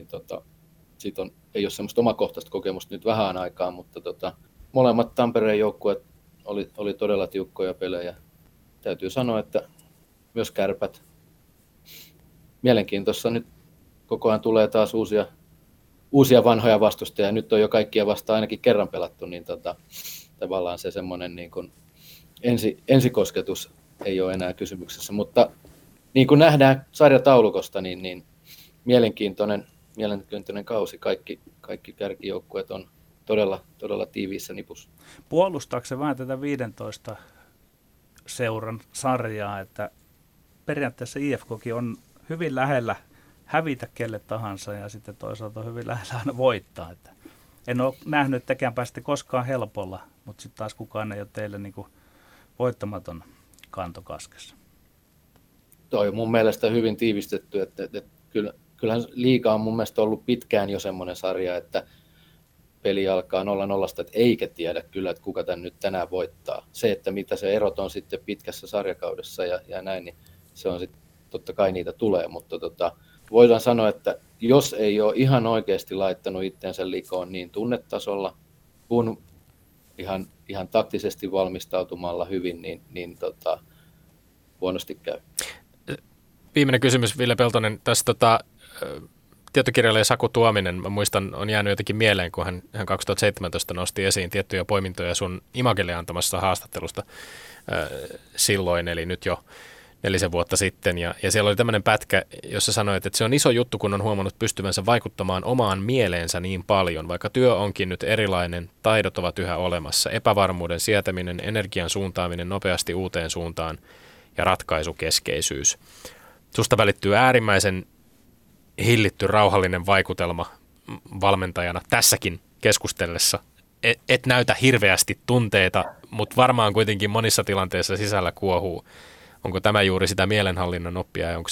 siitä ei ole semmoista omakohtaista kokemusta nyt vähän aikaa, mutta molemmat Tampereen joukkueet oli todella tiukkoja pelejä. Täytyy sanoa, että myös Kärpät. Mielenkiintoista nyt koko ajan tulee taas uusia vanhoja vastustajia. Nyt on jo kaikkia vastaan ainakin kerran pelattu, niin tavallaan se semmoinen niin kuin ensikosketus ei ole enää kysymyksessä. Mutta niin kuin nähdään sarjataulukosta, niin mielenkiintoinen kausi. Kaikki kärkijoukkueet on todella tiiviissä nipussa. Puolustaako se vähän tätä 15 seuran sarjaa, että periaatteessa IFKkin on hyvin lähellä hävitä kelle tahansa ja sitten toisaalta on hyvin lähellä aina voittaa. Että en ole nähnyt, että tekään päästä koskaan helpolla, mutta sitten taas kukaan ei ole teille niin kuin voittamaton kantokaskessa. Toi on mun mielestä hyvin tiivistetty, että kyllähän liiga on mun mielestä ollut pitkään jo semmoinen sarja, että peli alkaa 0-0, että eikä tiedä kyllä, että kuka tämän nyt tänään voittaa. Se, että mitä se erot on sitten pitkässä sarjakaudessa ja näin, niin se on sitten totta kai niitä tulee, mutta voidaan sanoa, että jos ei ole ihan oikeasti laittanut itseensä likoon niin tunnetasolla kuin ihan taktisesti valmistautumalla hyvin, niin huonosti käy. viimeinen kysymys, Ville Peltonen. Tässä tietokirjailija Saku Tuominen, mä muistan, on jäänyt jotenkin mieleen, kun hän 2017 nosti esiin tiettyjä poimintoja sun Imagelle antamassa haastattelusta silloin, eli nyt jo 4 vuotta sitten. Ja siellä oli tämmöinen pätkä, jossa sanoit, että se on iso juttu, kun on huomannut pystyvänsä vaikuttamaan omaan mieleensä niin paljon, vaikka työ onkin nyt erilainen, taidot ovat yhä olemassa, epävarmuuden sietäminen, energian suuntaaminen nopeasti uuteen suuntaan ja ratkaisukeskeisyys. Susta välittyy äärimmäisen hillitty, rauhallinen vaikutelma valmentajana tässäkin keskustellessa. Et näytä hirveästi tunteita, mutta varmaan kuitenkin monissa tilanteissa sisällä kuohuu. Onko tämä juuri sitä mielenhallinnan oppia ja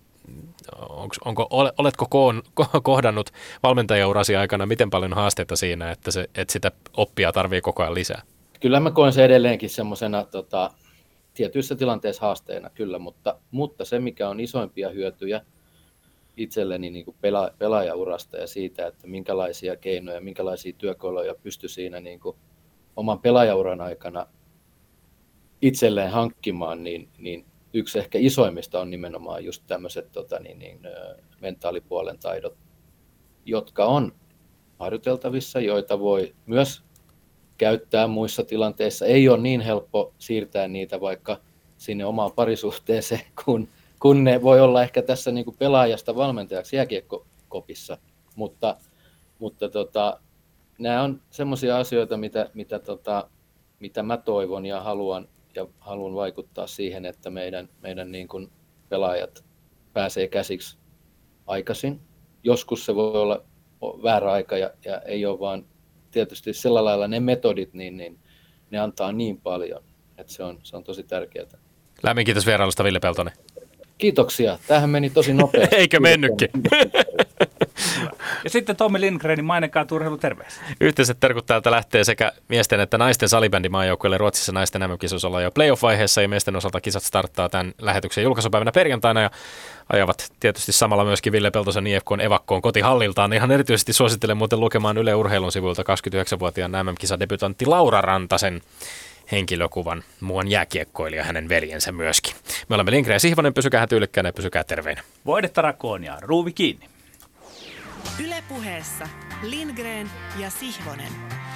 oletko kohdannut valmentajaurasi aikana miten paljon haasteita siinä, että sitä oppia tarvii koko ajan lisää? Kyllä mä koen se edelleenkin semmoisena tietyissä tilanteissa haasteena kyllä, mutta se mikä on isoimpia hyötyjä itselleni niin kuin pelaajaurasta ja siitä, että minkälaisia keinoja, minkälaisia työkaluja pystyi siinä niin kuin oman pelaajauran aikana itselleen hankkimaan, niin yksi ehkä isoimmista on nimenomaan just tämmöiset mentaalipuolen taidot, jotka on harjoiteltavissa, joita voi myös käyttää muissa tilanteissa. Ei ole niin helppo siirtää niitä vaikka sinne omaan parisuhteeseen, kun ne voi olla ehkä tässä niin kuin pelaajasta valmentajaksi jääkiekkokopissa, mutta nämä on semmoisia asioita, mitä mä toivon ja haluan vaikuttaa siihen, että meidän niin kuin pelaajat pääsee käsiksi aikaisin. Joskus se voi olla väärä aika ja ei ole vaan tietysti sillä lailla ne metodit, niin ne antaa niin paljon, että se on tosi tärkeää. Lämmin kiitos vierailusta, Ville Peltonen. Kiitoksia. Tämähän meni tosi nopeasti. Eikö mennytkin? Ja sitten Tommi Lindgrenin mainekaan urheilu terveys. Yhteiset terkut täältä lähtee sekä miesten että naisten salibändimaajoukkueelle. Ruotsissa naisten MM-kisoissa ollaan jo playoff-vaiheessa ja miesten osalta kisat starttaa tämän lähetyksen julkaisupäivänä perjantaina ja ajavat tietysti samalla myöskin Ville Peltosen IFK:n evakkoon kotihalliltaan. Ihan erityisesti suosittelen muuten lukemaan Yle Urheilun sivuilta 29-vuotiaan MM-kisadebutantti Laura Rantasen henkilökuvan, muuan jääkiekkoilija hänen veljensä myöskin. Me olemme Lindgren ja Sihvonen, pysykää tyylikkäänä ja pysykää terveinä. Voidetta rakoon ja ruuvi kiinni. Yle Puheessa Lindgren ja Sihvonen.